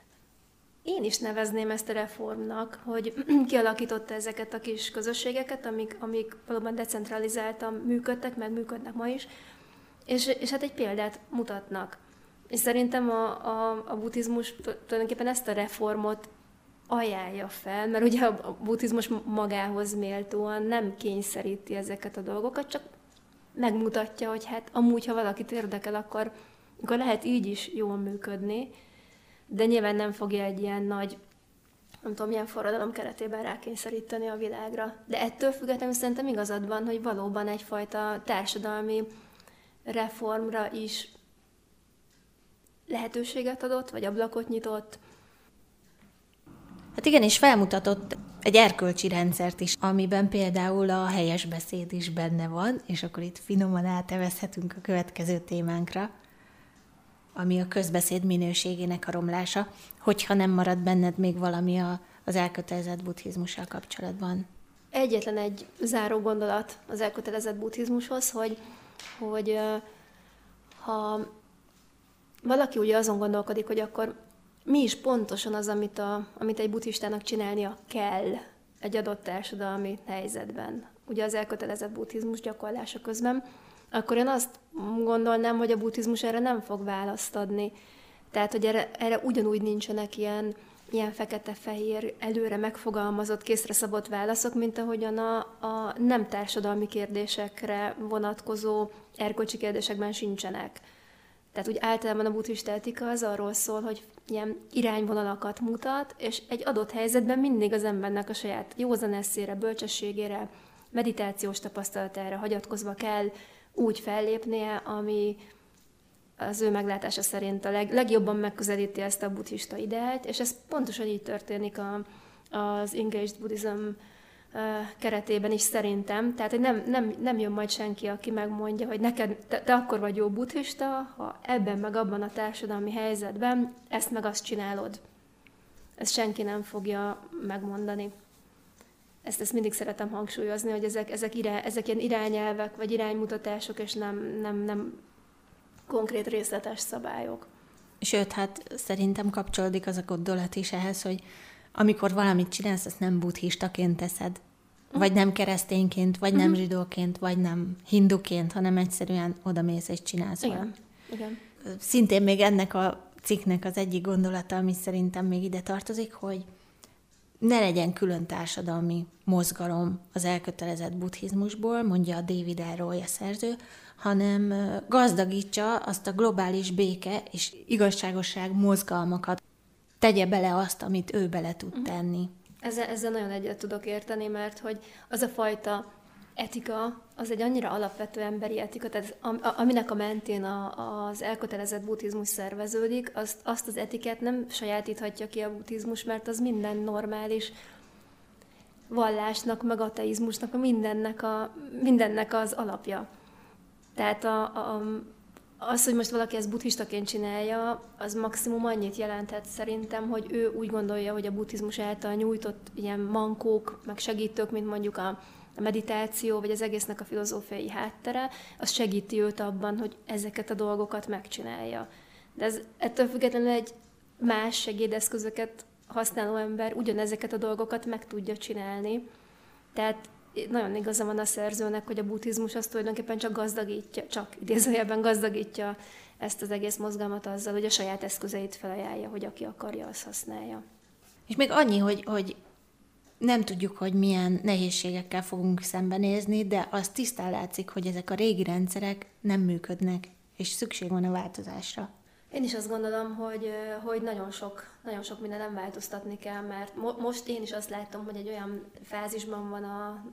én is nevezném ezt a reformnak, hogy kialakította ezeket a kis közösségeket, amik valóban decentralizáltan működtek, meg működnek ma is, és hát egy példát mutatnak. És szerintem a buddhizmus tulajdonképpen ezt a reformot ajánlja fel, mert ugye a buddhizmus magához méltóan nem kényszeríti ezeket a dolgokat, csak megmutatja, hogy hát amúgy, ha valakit érdekel, akkor lehet így is jól működni, de nyilván nem fogja egy ilyen nagy, nem tudom, milyen forradalom keretében rákényszeríteni a világra. De ettől függetlenül szerintem igazad van, hogy valóban egyfajta társadalmi reformra is lehetőséget adott, vagy ablakot nyitott. Hát igen, és felmutatott egy erkölcsi rendszert is, amiben például a helyes beszéd is benne van, és akkor itt finoman átevezhetünk a következő témánkra, ami a közbeszéd minőségének a romlása, hogyha nem marad benned még valami az elkötelezett buddhizmussal kapcsolatban. Egyetlen egy záró gondolat az elkötelezett buddhizmushoz, hogy ha valaki ugye azon gondolkodik, hogy akkor mi is pontosan az, amit egy buddhistának csinálnia kell egy adott társadalmi helyzetben, ugye az elkötelezett buddhizmus gyakorlása közben, akkor én azt gondolnám, hogy a buddhizmus erre nem fog választ adni. Tehát, hogy erre ugyanúgy nincsenek ilyen fekete-fehér, előre megfogalmazott, készre szabott válaszok, mint ahogyan a nem társadalmi kérdésekre vonatkozó erkölcsi kérdésekben sincsenek. Tehát úgy általában a buddhista etika az arról szól, hogy ilyen irányvonalakat mutat, és egy adott helyzetben mindig az embernek a saját józan eszére, bölcsességére, meditációs tapasztalatára hagyatkozva kell úgy fellépnie, ami az ő meglátása szerint a legjobban megközelíti ezt a buddhista ideált, és ez pontosan így történik az Engaged Buddhism keretében is szerintem. Tehát, hogy nem jön majd senki, aki megmondja, hogy neked, te akkor vagy jó buddhista, ha ebben meg abban a társadalmi helyzetben ezt meg azt csinálod. Ezt senki nem fogja megmondani. Ezt mindig szeretem hangsúlyozni, hogy ezek ilyen irányelvek, vagy iránymutatások, és nem konkrét részletes szabályok. Sőt, hát szerintem kapcsolódik az a gondolat is ehhez, hogy amikor valamit csinálsz, azt nem buddhistaként teszed, vagy nem keresztényként, vagy nem zsidóként, vagy nem hinduként, hanem egyszerűen odamész és csinálsz valamit. Igen. Szintén még ennek a cikknek az egyik gondolata, ami szerintem még ide tartozik, hogy ne legyen külön társadalmi mozgalom az elkötelezett buddhizmusból, mondja a David R. Roy, a szerző, hanem gazdagítsa azt a globális béke és igazságosság mozgalmakat, tegye bele azt, amit ő bele tud tenni. Ezzel nagyon egyet tudok érteni, mert hogy az a fajta etika, az egy annyira alapvető emberi etika, tehát aminek a mentén az elkötelezett buddhizmus szerveződik, azt az etikát nem sajátíthatja ki a buddhizmus, mert az minden normális vallásnak, meg ateizmusnak, mindennek az alapja. Tehát az, hogy most valaki ezt buddhistaként csinálja, az maximum annyit jelenthet szerintem, hogy ő úgy gondolja, hogy a buddhizmus által nyújtott ilyen mankók, meg segítők, mint mondjuk a meditáció, vagy az egésznek a filozófiai háttere, az segíti őt abban, hogy ezeket a dolgokat megcsinálja. De ettől függetlenül egy más segédeszközöket használó ember ugyanezeket a dolgokat meg tudja csinálni. Tehát nagyon igaza van a szerzőnek, hogy a buddhizmus az tulajdonképpen csak idézőjelben gazdagítja ezt az egész mozgalmat azzal, hogy a saját eszközeit felajánlja, hogy aki akarja, azt használja. És még annyi, hogy nem tudjuk, hogy milyen nehézségekkel fogunk szembenézni, de az tisztán látszik, hogy ezek a régi rendszerek nem működnek, és szükség van a változásra. Én is azt gondolom, hogy nagyon sok minden nem változtatni kell, mert most én is azt látom, hogy egy olyan fázisban van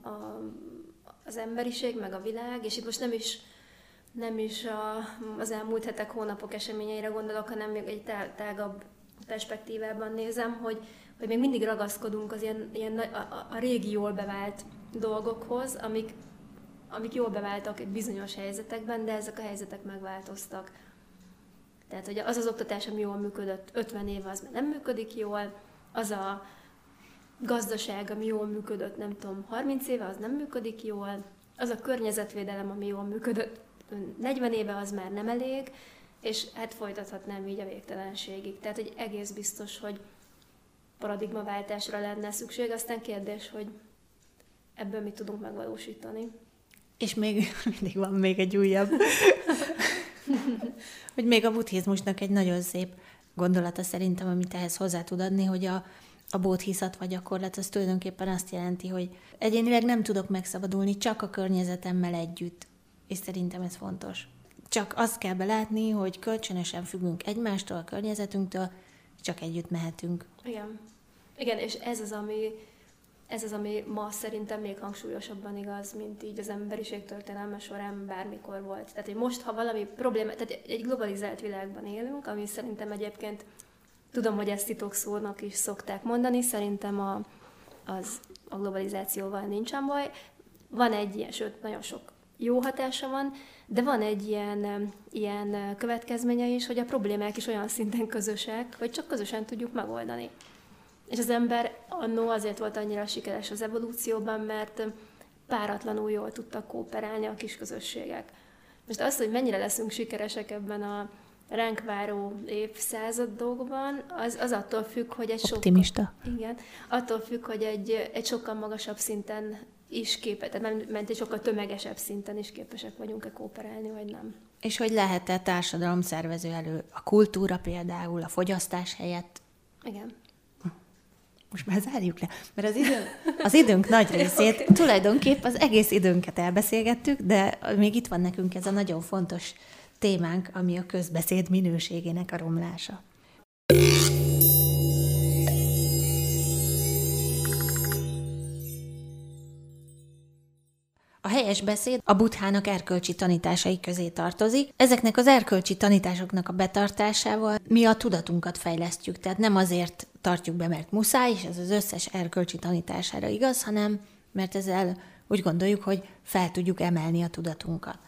az emberiség, meg a világ, és itt most nem is az elmúlt hetek, hónapok eseményeire gondolok, hanem még egy tágabb perspektívában nézem, hogy még mindig ragaszkodunk az ilyen a régi jól bevált dolgokhoz, amik jól beváltak bizonyos helyzetekben, de ezek a helyzetek megváltoztak. Tehát, hogy az oktatás, ami jól működött 50 éve, az már nem működik jól, az a gazdaság, ami jól működött, nem tudom, 30 éve, az nem működik jól, az a környezetvédelem, ami jól működött 40 éve, az már nem elég, és hát folytathatnám így a végtelenségig. Tehát, hogy egész biztos, hogy paradigmaváltásra lenne szükség, aztán kérdés, hogy ebből mit tudunk megvalósítani. És még mindig van még egy újabb, hogy még a buddhizmusnak egy nagyon szép gondolata szerintem, amit ehhez hozzá tud adni, hogy a bodhisattva gyakorlat az tulajdonképpen azt jelenti, hogy egyénileg nem tudok megszabadulni csak a környezetemmel együtt. És szerintem ez fontos. Csak azt kell belátni, hogy kölcsönösen függünk egymástól, a környezetünktől, csak együtt mehetünk. Igen, és ez az, ami ma szerintem még hangsúlyosabban igaz, mint így az emberiség történelme során bármikor volt. Tehát, hogy most, ha valami probléma, tehát egy globalizált világban élünk, ami szerintem egyébként, tudom, hogy ezt titokszónak is szokták mondani, szerintem a globalizációval nincsen baj. Van egy ilyen, sőt, nagyon sok jó hatása van, de van egy ilyen következménye is, hogy a problémák is olyan szinten közösek, hogy csak közösen tudjuk megoldani. És az ember annó azért volt annyira sikeres az evolúcióban, mert páratlanul jól tudtak kooperálni a kis közösségek. Most az, hogy mennyire leszünk sikeresek ebben a ránk váró évszázadokban, az attól függ, hogy attól függ, hogy egy sokkal magasabb szinten is tehát egy sokkal tömegesebb szinten is képesek vagyunk-e kooperálni, vagy nem. És hogy lehet-e társadalomszervező elő a kultúra például, a fogyasztás helyett? Igen. Most már zárjuk le, mert az időnk nagy részét, tulajdonképp az egész időnket elbeszélgettük, de még itt van nekünk ez a nagyon fontos témánk, ami a közbeszéd minőségének a romlása. A helyes beszéd a Buddhának erkölcsi tanításai közé tartozik. Ezeknek az erkölcsi tanításoknak a betartásával mi a tudatunkat fejlesztjük, tehát nem azért tartjuk be, mert muszáj, és ez az összes erkölcsi tanítására igaz, hanem mert ezzel úgy gondoljuk, hogy fel tudjuk emelni a tudatunkat.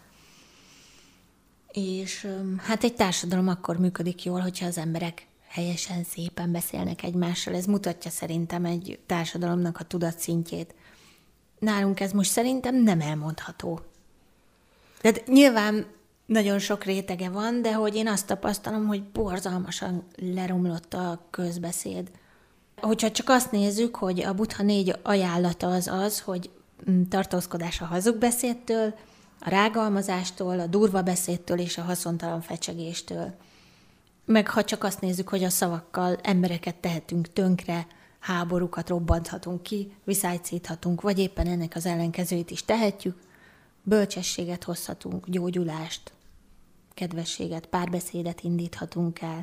És hát egy társadalom akkor működik jól, hogyha az emberek helyesen, szépen beszélnek egymással. Ez mutatja szerintem egy társadalomnak a tudatszintjét. Nálunk ez most szerintem nem elmondható. Tehát nyilván nagyon sok rétege van, de hogy én azt tapasztalom, hogy borzalmasan leromlott a közbeszéd. Hogyha csak azt nézzük, hogy a Buddha 4 ajánlata az, hogy tartózkodás a hazug-beszédtől, a rágalmazástól, a durva beszédtől és a haszontalan fecsegéstől. Meg ha csak azt nézzük, hogy a szavakkal embereket tehetünk tönkre, háborúkat robbanthatunk ki, viszálycíthatunk, vagy éppen ennek az ellenkezőit is tehetjük, bölcsességet hozhatunk, gyógyulást, kedvességet, párbeszédet indíthatunk el.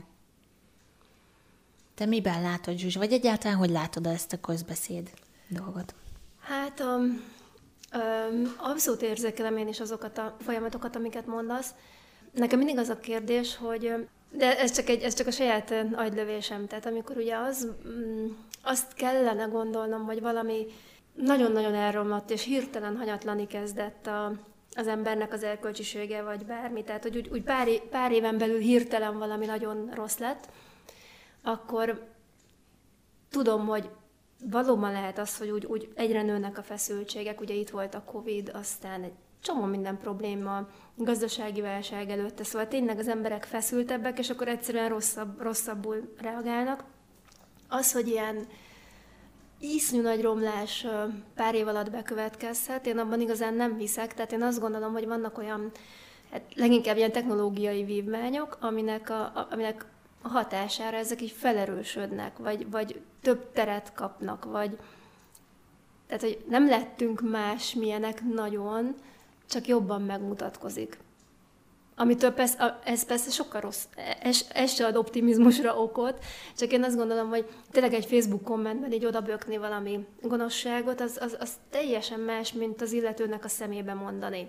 Te miben látod, Zsuzsa? Vagy egyáltalán hogy látod ezt a közbeszéd dolgot? Hát abszolút érzékelem én is azokat a folyamatokat, amiket mondasz. Nekem mindig az a kérdés, hogy de ez csak a saját agylövésem. Tehát amikor ugye azt kellene gondolnom, hogy valami nagyon-nagyon elromlott, és hirtelen hanyatlani kezdett az embernek az erkölcsisége, vagy bármi. Tehát, hogy úgy pár éven belül hirtelen valami nagyon rossz lett, akkor tudom, hogy valóban lehet az, hogy úgy egyre nőnek a feszültségek. Ugye itt volt a Covid, aztán egy csomó minden probléma, gazdasági válság előtte, szóval tényleg az emberek feszültebbek, és akkor egyszerűen rosszabbul reagálnak. Az, hogy ilyen iszonyú nagy romlás pár év alatt bekövetkezhet, én abban igazán nem hiszek, tehát én azt gondolom, hogy vannak olyan, hát leginkább ilyen technológiai vívmányok, aminek a hatására ezek így felerősödnek, vagy több teret kapnak, tehát, hogy nem lettünk másmilyenek nagyon, csak jobban megmutatkozik. Amitől ez persze sokkal rossz, ez se ad optimizmusra okot, csak én azt gondolom, hogy tényleg egy Facebook kommentben így odabökni valami gonoszságot, az teljesen más, mint az illetőnek a szemébe mondani.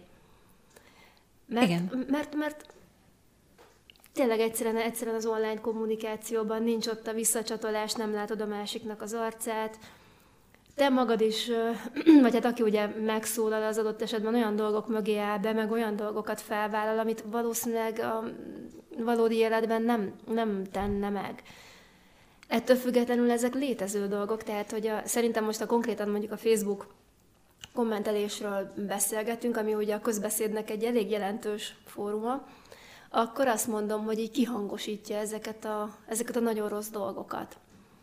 Mert tényleg egyszerűen az online kommunikációban nincs ott a visszacsatolás, nem látod a másiknak az arcát. Te magad is, vagy hát aki ugye megszólal az adott esetben, olyan dolgok mögé áll be, meg olyan dolgokat felvállal, amit valószínűleg a valódi életben nem tenne meg. Ettől függetlenül ezek létező dolgok, tehát hogy szerintem most konkrétan mondjuk a Facebook kommentelésről beszélgetünk, ami ugye a közbeszédnek egy elég jelentős fóruma, akkor azt mondom, hogy így kihangosítja ezeket a nagyon rossz dolgokat.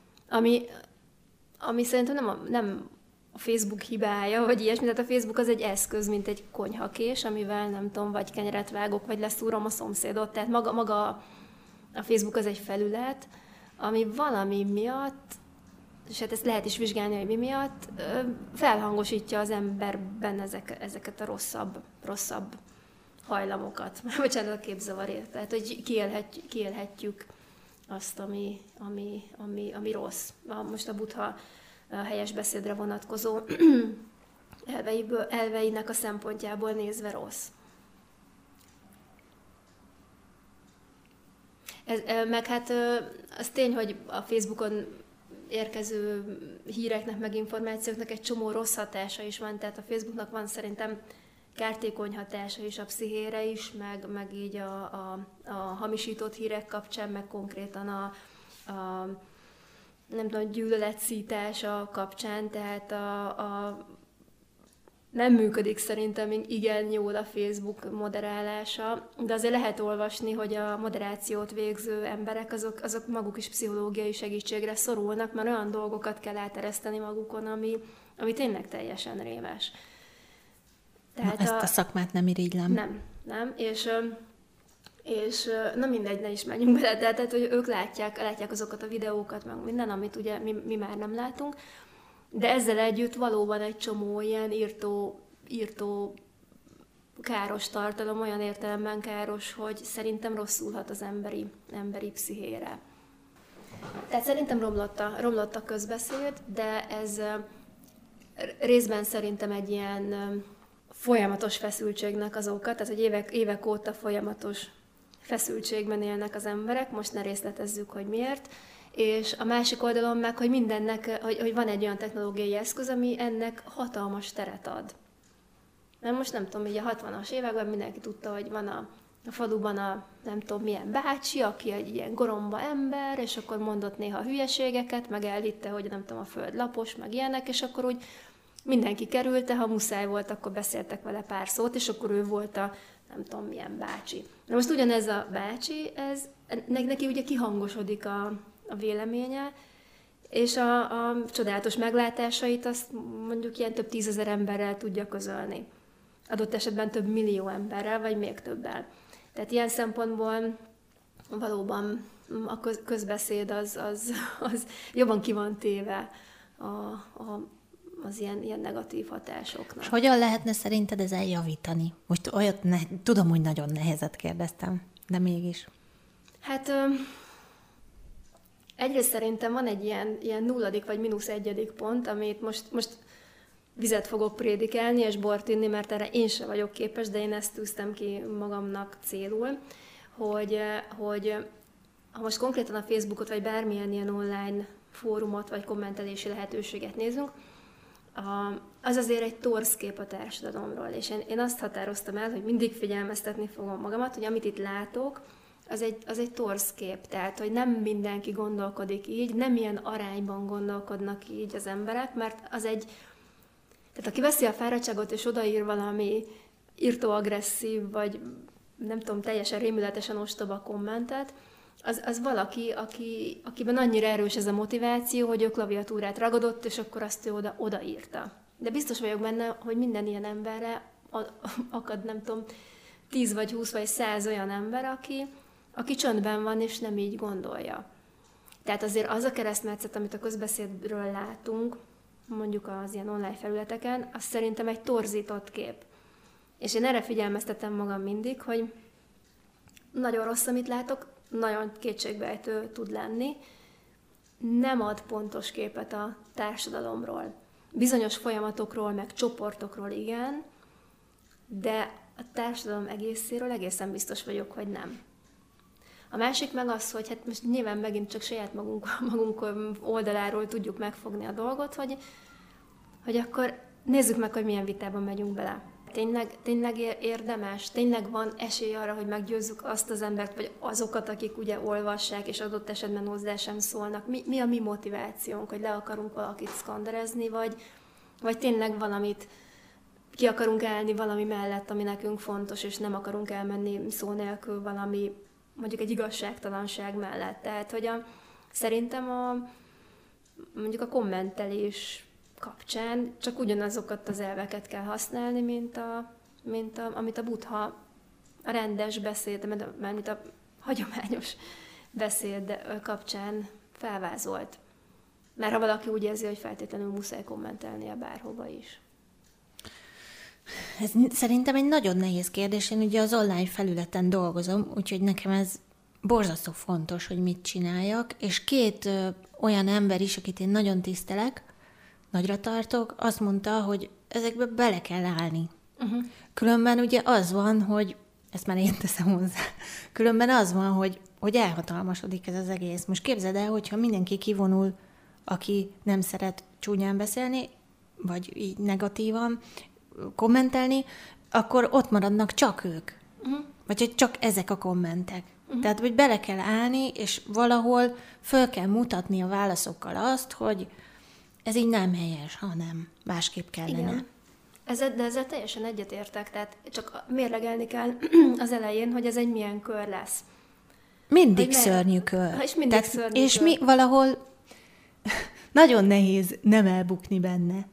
Ami szerintem nem a Facebook hibája, vagy ilyesmi, tehát a Facebook az egy eszköz, mint egy konyhakés, amivel nem tudom, vagy kenyeret vágok, vagy leszúrom a szomszédot. Tehát maga a Facebook az egy felület, ami valami miatt, és hát ezt lehet is vizsgálni, hogy mi miatt, felhangosítja az emberben ezeket a rosszabb hajlamokat. Bocsánat, a képzavarért. Tehát, hogy kiélhetjük azt, ami rossz. Most a Buddha helyes beszédre vonatkozó elveinek a szempontjából nézve rossz. Meg hát az tény, hogy a Facebookon érkező híreknek, meg információknak egy csomó rossz hatása is van, tehát a Facebooknak van szerintem kártékony hatása is a pszichére is, meg így a hamisított hírek kapcsán, meg konkrétan a nem tudom, gyűlöletszítása kapcsán, tehát nem működik szerintem igen jól a Facebook moderálása, de azért lehet olvasni, hogy a moderációt végző emberek azok maguk is pszichológiai segítségre szorulnak, mert olyan dolgokat kell átereszteni magukon, ami tényleg teljesen rémes. Tehát ezt a szakmát nem irigylem. Nem, és na mindegy, ne is menjünk bele, tehát hogy ők látják azokat a videókat, meg minden, amit ugye mi már nem látunk, de ezzel együtt valóban egy csomó ilyen írtó káros tartalom, olyan értelemben káros, hogy szerintem rosszulhat az emberi pszichére. Tehát szerintem romlott a közbeszéd, de ez részben szerintem egy ilyen folyamatos feszültségnek az oka, tehát hogy évek óta folyamatos feszültségben élnek az emberek, most ne részletezzük, hogy miért, és a másik oldalon meg, hogy mindennek, hogy van egy olyan technológiai eszköz, ami ennek hatalmas teret ad. Mert most nem tudom, így a 60-as években mindenki tudta, hogy van a faluban a nem tudom milyen bácsi, aki egy ilyen goromba ember, és akkor mondott néha hülyeségeket, meg elhitte, hogy nem tudom, a föld lapos, meg ilyenek, és akkor úgy mindenki kerülte, ha muszáj volt, akkor beszéltek vele pár szót, és akkor ő volt a nem tudom milyen bácsi. Na most ugyanez a bácsi, neki ugye kihangosodik a véleménye, és a csodálatos meglátásait azt mondjuk ilyen több 10 000 emberrel tudja közölni. Adott esetben több millió emberrel, vagy még többel. Tehát ilyen szempontból valóban a közbeszéd az jobban ki van téve az ilyen negatív hatásoknak. És hogyan lehetne szerinted ezzel javítani? Most olyat tudom, hogy nagyon nehezet kérdeztem, de mégis. Hát egyrészt szerintem van egy ilyen 0. vagy -1. pont, amit most vizet fogok prédikálni és bort inni, mert erre én sem vagyok képes, de én ezt tűztem ki magamnak célul, hogy ha most konkrétan a Facebookot, vagy bármilyen ilyen online fórumot, vagy kommentelési lehetőséget nézünk, az azért egy torz kép a társadalomról, és én azt határoztam el, hogy mindig figyelmeztetni fogom magamat, hogy amit itt látok, az egy torz kép, tehát hogy nem mindenki gondolkodik így, nem ilyen arányban gondolkodnak így az emberek, mert tehát aki veszi a fáradtságot és odaír valami írtó-agresszív, vagy nem tudom, teljesen rémületesen ostoba kommentet, az valaki, akiben annyira erős ez a motiváció, hogy ő klaviatúrát ragadott, és akkor azt ő odaírta. De biztos vagyok benne, hogy minden ilyen emberre akad, nem tudom, 10 vagy 20 vagy 100 olyan ember, aki csöndben van, és nem így gondolja. Tehát azért az a keresztmetszet, amit a közbeszédről látunk, mondjuk az ilyen online felületeken, az szerintem egy torzított kép. És én erre figyelmeztetem magam mindig, hogy nagyon rossz, amit látok, nagyon kétségbeejtő tud lenni, nem ad pontos képet a társadalomról. Bizonyos folyamatokról, meg csoportokról igen, de a társadalom egészéről egészen biztos vagyok, hogy nem. A másik meg az, hogy hát most nyilván megint csak saját magunk oldaláról tudjuk megfogni a dolgot, hogy akkor nézzük meg, hogy milyen vitában megyünk bele. Tényleg érdemes, tényleg van esély arra, hogy meggyőzzük azt az embert, vagy azokat, akik ugye olvassák, és adott esetben hozzá sem szólnak. Mi a mi motivációnk, hogy le akarunk valakit szkanderezni, vagy tényleg valamit ki akarunk állni valami mellett, ami nekünk fontos, és nem akarunk elmenni szó nélkül valami, mondjuk egy igazságtalanság mellett. Tehát, hogy szerintem mondjuk a kommentelés kapcsán csak ugyanazokat az elveket kell használni, mint amit a Buddha a rendes beszéd, mint a hagyományos beszéd kapcsán felvázolt. Mert ha valaki úgy érzi, hogy feltétlenül muszáj kommentelnie bárhova is. Ez szerintem egy nagyon nehéz kérdés. Én ugye az online felületen dolgozom, úgyhogy nekem ez borzasztó fontos, hogy mit csináljak, és 2 olyan ember is, akit én nagyon tisztelek, nagyra tartok, azt mondta, hogy ezekbe bele kell állni. Uh-huh. Különben ugye az van, hogy, ezt már én teszem hozzá, különben az van, hogy elhatalmasodik ez az egész. Most képzeld el, hogyha mindenki kivonul, aki nem szeret csúnyán beszélni, vagy így negatívan kommentelni, akkor ott maradnak csak ők. Uh-huh. Vagy hogy csak ezek a kommentek. Uh-huh. Tehát, hogy bele kell állni, és valahol föl kell mutatni a válaszokkal azt, hogy ez így nem helyes, hanem másképp kellene. Igen. De ezzel teljesen egyetértek, tehát csak mérlegelni kell az elején, hogy ez egy milyen kör lesz. Mindig szörnyű kör. És mindig tehát, szörnyű és kör. Mi valahol nagyon nehéz nem elbukni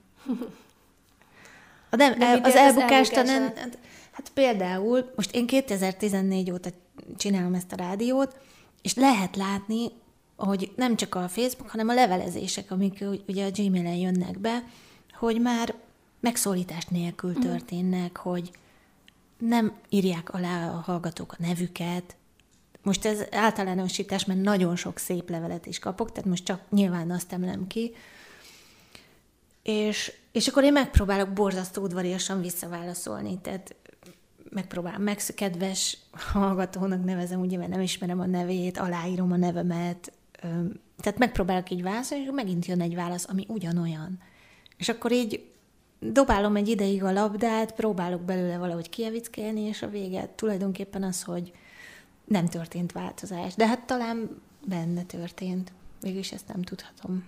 benne. Az elbukást nem... Hát például, most én 2014 óta csinálom ezt a rádiót, és lehet látni, hogy nem csak a Facebook, hanem a levelezések, amik ugye a Gmailen jönnek be, hogy már megszólítás nélkül történnek, hogy nem írják alá a hallgatók a nevüket. Most ez általánosítás, mert nagyon sok szép levelet is kapok, tehát most csak nyilván azt emelem ki. És akkor én megpróbálok borzasztó udvariasan visszaválaszolni, tehát megpróbálom, kedves hallgatónak nevezem, ugye, mert nem ismerem a nevét, aláírom a nevemet, Tehát megpróbálok így válaszolni, és megint jön egy válasz, ami ugyanolyan. És akkor így dobálom egy ideig a labdát, próbálok belőle valahogy kievickelni, és a vége tulajdonképpen az, hogy nem történt változás. De hát talán benne történt. Végülis ezt nem tudhatom.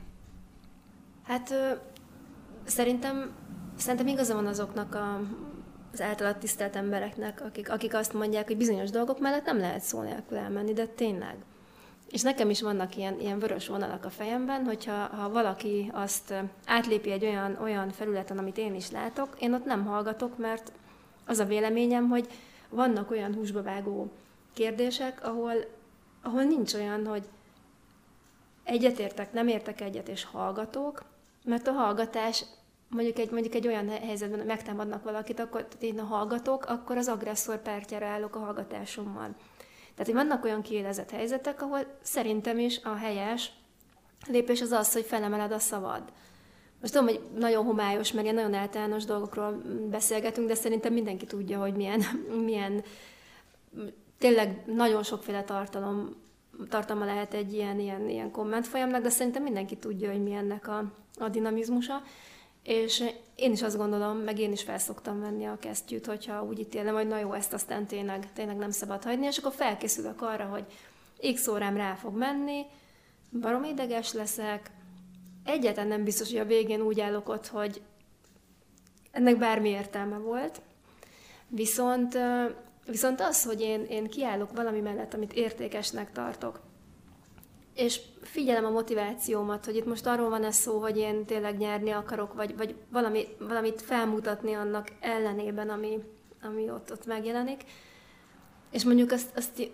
Hát szerintem igaza van azoknak az általad tisztelt embereknek, akik azt mondják, hogy bizonyos dolgok mellett nem lehet szó nélkül elmenni, de tényleg. És nekem is vannak ilyen vörös vonalak a fejemben, hogyha valaki azt átlépi egy olyan felületen, amit én is látok, én ott nem hallgatok, mert az a véleményem, hogy vannak olyan húsba vágó kérdések, ahol nincs olyan, hogy egyetértek, nem értek egyet és hallgatok, mert a hallgatás mondjuk egy olyan helyzetben, hogy megtámadnak valakit, akkor én hallgatok, akkor az agresszor pártjára állok a hallgatásommal. Tehát, hogy vannak olyan kiélezett helyzetek, ahol szerintem is a helyes lépés az, hogy felemeled a szavad. Most tudom, hogy nagyon homályos, mert ilyen nagyon általános dolgokról beszélgetünk, de szerintem mindenki tudja, hogy milyen tényleg nagyon sokféle tartalma lehet egy ilyen kommentfolyamnak, de szerintem mindenki tudja, hogy milyennek a dinamizmusa. És én is azt gondolom, meg én is felszoktam venni a kesztyűt, hogyha úgy ítélem, hogy na jó, ezt aztán tényleg nem szabad hagyni, és akkor felkészülök arra, hogy x órám rá fog menni, baromi ideges leszek, egyáltalán nem biztos, hogy a végén úgy állok ott, hogy ennek bármi értelme volt. Viszont az, hogy én kiállok valami mellett, amit értékesnek tartok, és figyelem a motivációmat, hogy itt most arról van ez szó, hogy én tényleg nyerni akarok, vagy valamit felmutatni annak ellenében, ami ott megjelenik. És mondjuk azt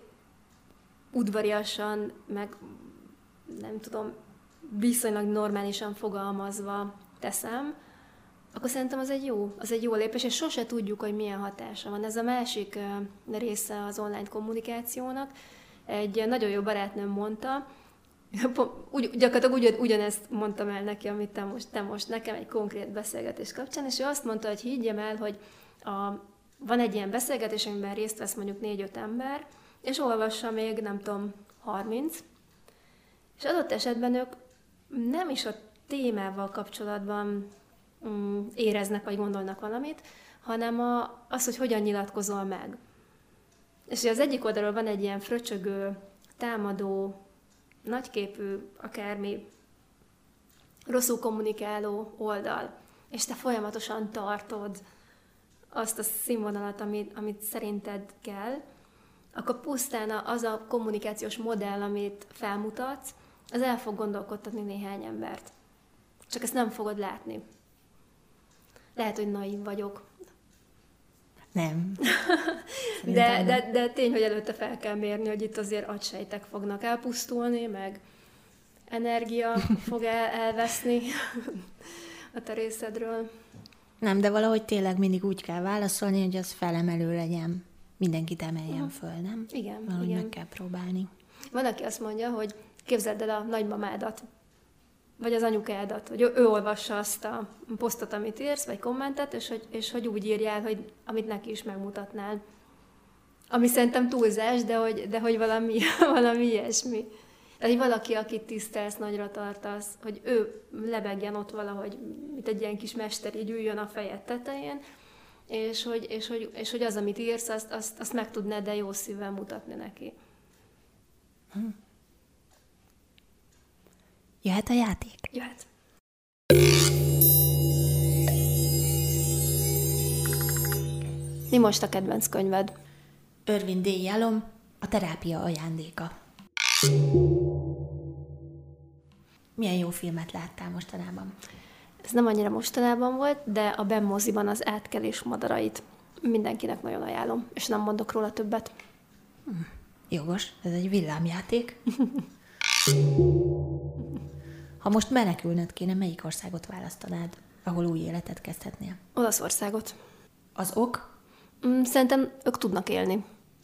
udvariasan, meg nem tudom, viszonylag normálisan fogalmazva teszem, akkor szerintem az egy jó lépés, és sose tudjuk, hogy milyen hatása van. Ez a másik része az online kommunikációnak. Egy nagyon jó barátnőm mondta, gyakorlatilag ugyanezt mondtam el neki, amit te most nekem egy konkrét beszélgetés kapcsán, és ő azt mondta, hogy higgyem el, hogy van egy ilyen beszélgetés, amiben részt vesz mondjuk 4-5 ember, és olvassa még, nem tudom, 30, és adott esetben ők nem is a témával kapcsolatban éreznek, vagy gondolnak valamit, hanem az, hogy hogyan nyilatkozol meg. És az egyik oldalról van egy ilyen fröcsögő, támadó, nagyképű, akármi rosszul kommunikáló oldal, és te folyamatosan tartod azt a színvonalat, amit szerinted kell, akkor pusztán az a kommunikációs modell, amit felmutatsz, az el fog gondolkodtatni néhány embert. Csak ezt nem fogod látni. Lehet, hogy naív vagyok. Nem. de tény, hogy előtte fel kell mérni, hogy itt azért agysejtek fognak elpusztulni, meg energia fog elveszni a te részedről. Nem, de valahogy tényleg mindig úgy kell válaszolni, hogy az felemelő legyen. Mindenkit emeljen föl, nem? Igen. Valahogy meg kell próbálni. Van, aki azt mondja, hogy képzeld el a nagymamádat, vagy az anyukádat, hogy ő olvassa azt a posztot, amit írsz, vagy kommentet, és hogy úgy írjál, hogy amit neki is megmutatnál. Ami szerintem túlzás, de hogy valami ilyesmi. Tehát, hogy valaki, akit tisztelsz, nagyra tartasz, hogy ő lebegjen ott valahogy, mint egy ilyen kis mester, így üljön a fejed tetején, és hogy az, amit írsz, azt meg tudnád, de jó szívvel mutatni neki. Jöhet a játék? Jöhet. Mi most a kedvenc könyved? Irvin D. Yalom, A terápia ajándéka. Milyen jó filmet láttál mostanában? Ez nem annyira mostanában volt, de a Ben moziban az Átkelés madarait. Mindenkinek nagyon ajánlom, és nem mondok róla többet. Jogos, ez egy villámjáték. Ha most menekülnöd kéne, melyik országot választanád, ahol új életet kezdhetnél? Olaszországot. Az ok? Szerintem ők tudnak élni.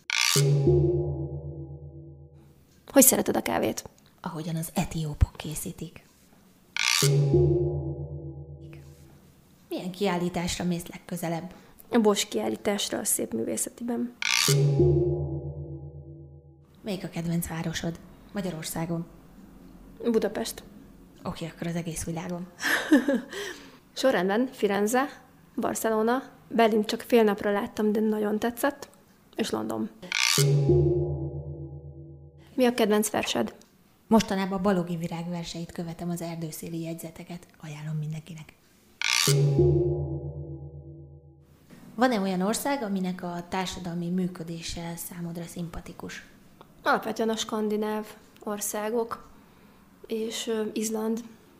Hogy szereted a kávét? Ahogyan az etiópok készítik. Milyen kiállításra mész legközelebb? A Bosch kiállításra a Szépművészetiben. Melyik a kedvenc városod Magyarországon? Budapest. Oké, akkor az egész világon. Sorrendben Firenze, Barcelona, Berlin csak fél napra láttam, de nagyon tetszett, és London. Mi a kedvenc versed? Mostanában a Baloghi Virág verseit követem, az erdőszéli jegyzeteket. Ajánlom mindenkinek. Van-e olyan ország, aminek a társadalmi működése számodra szimpatikus? Alapvetően a skandináv országok és Izland.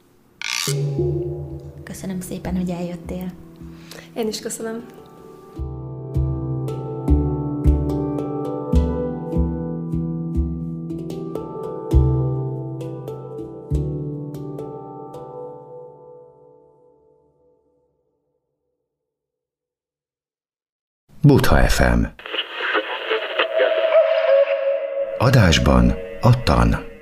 Köszönöm szépen, hogy eljöttél. Én is köszönöm. Butha FM. Adásban a TAN.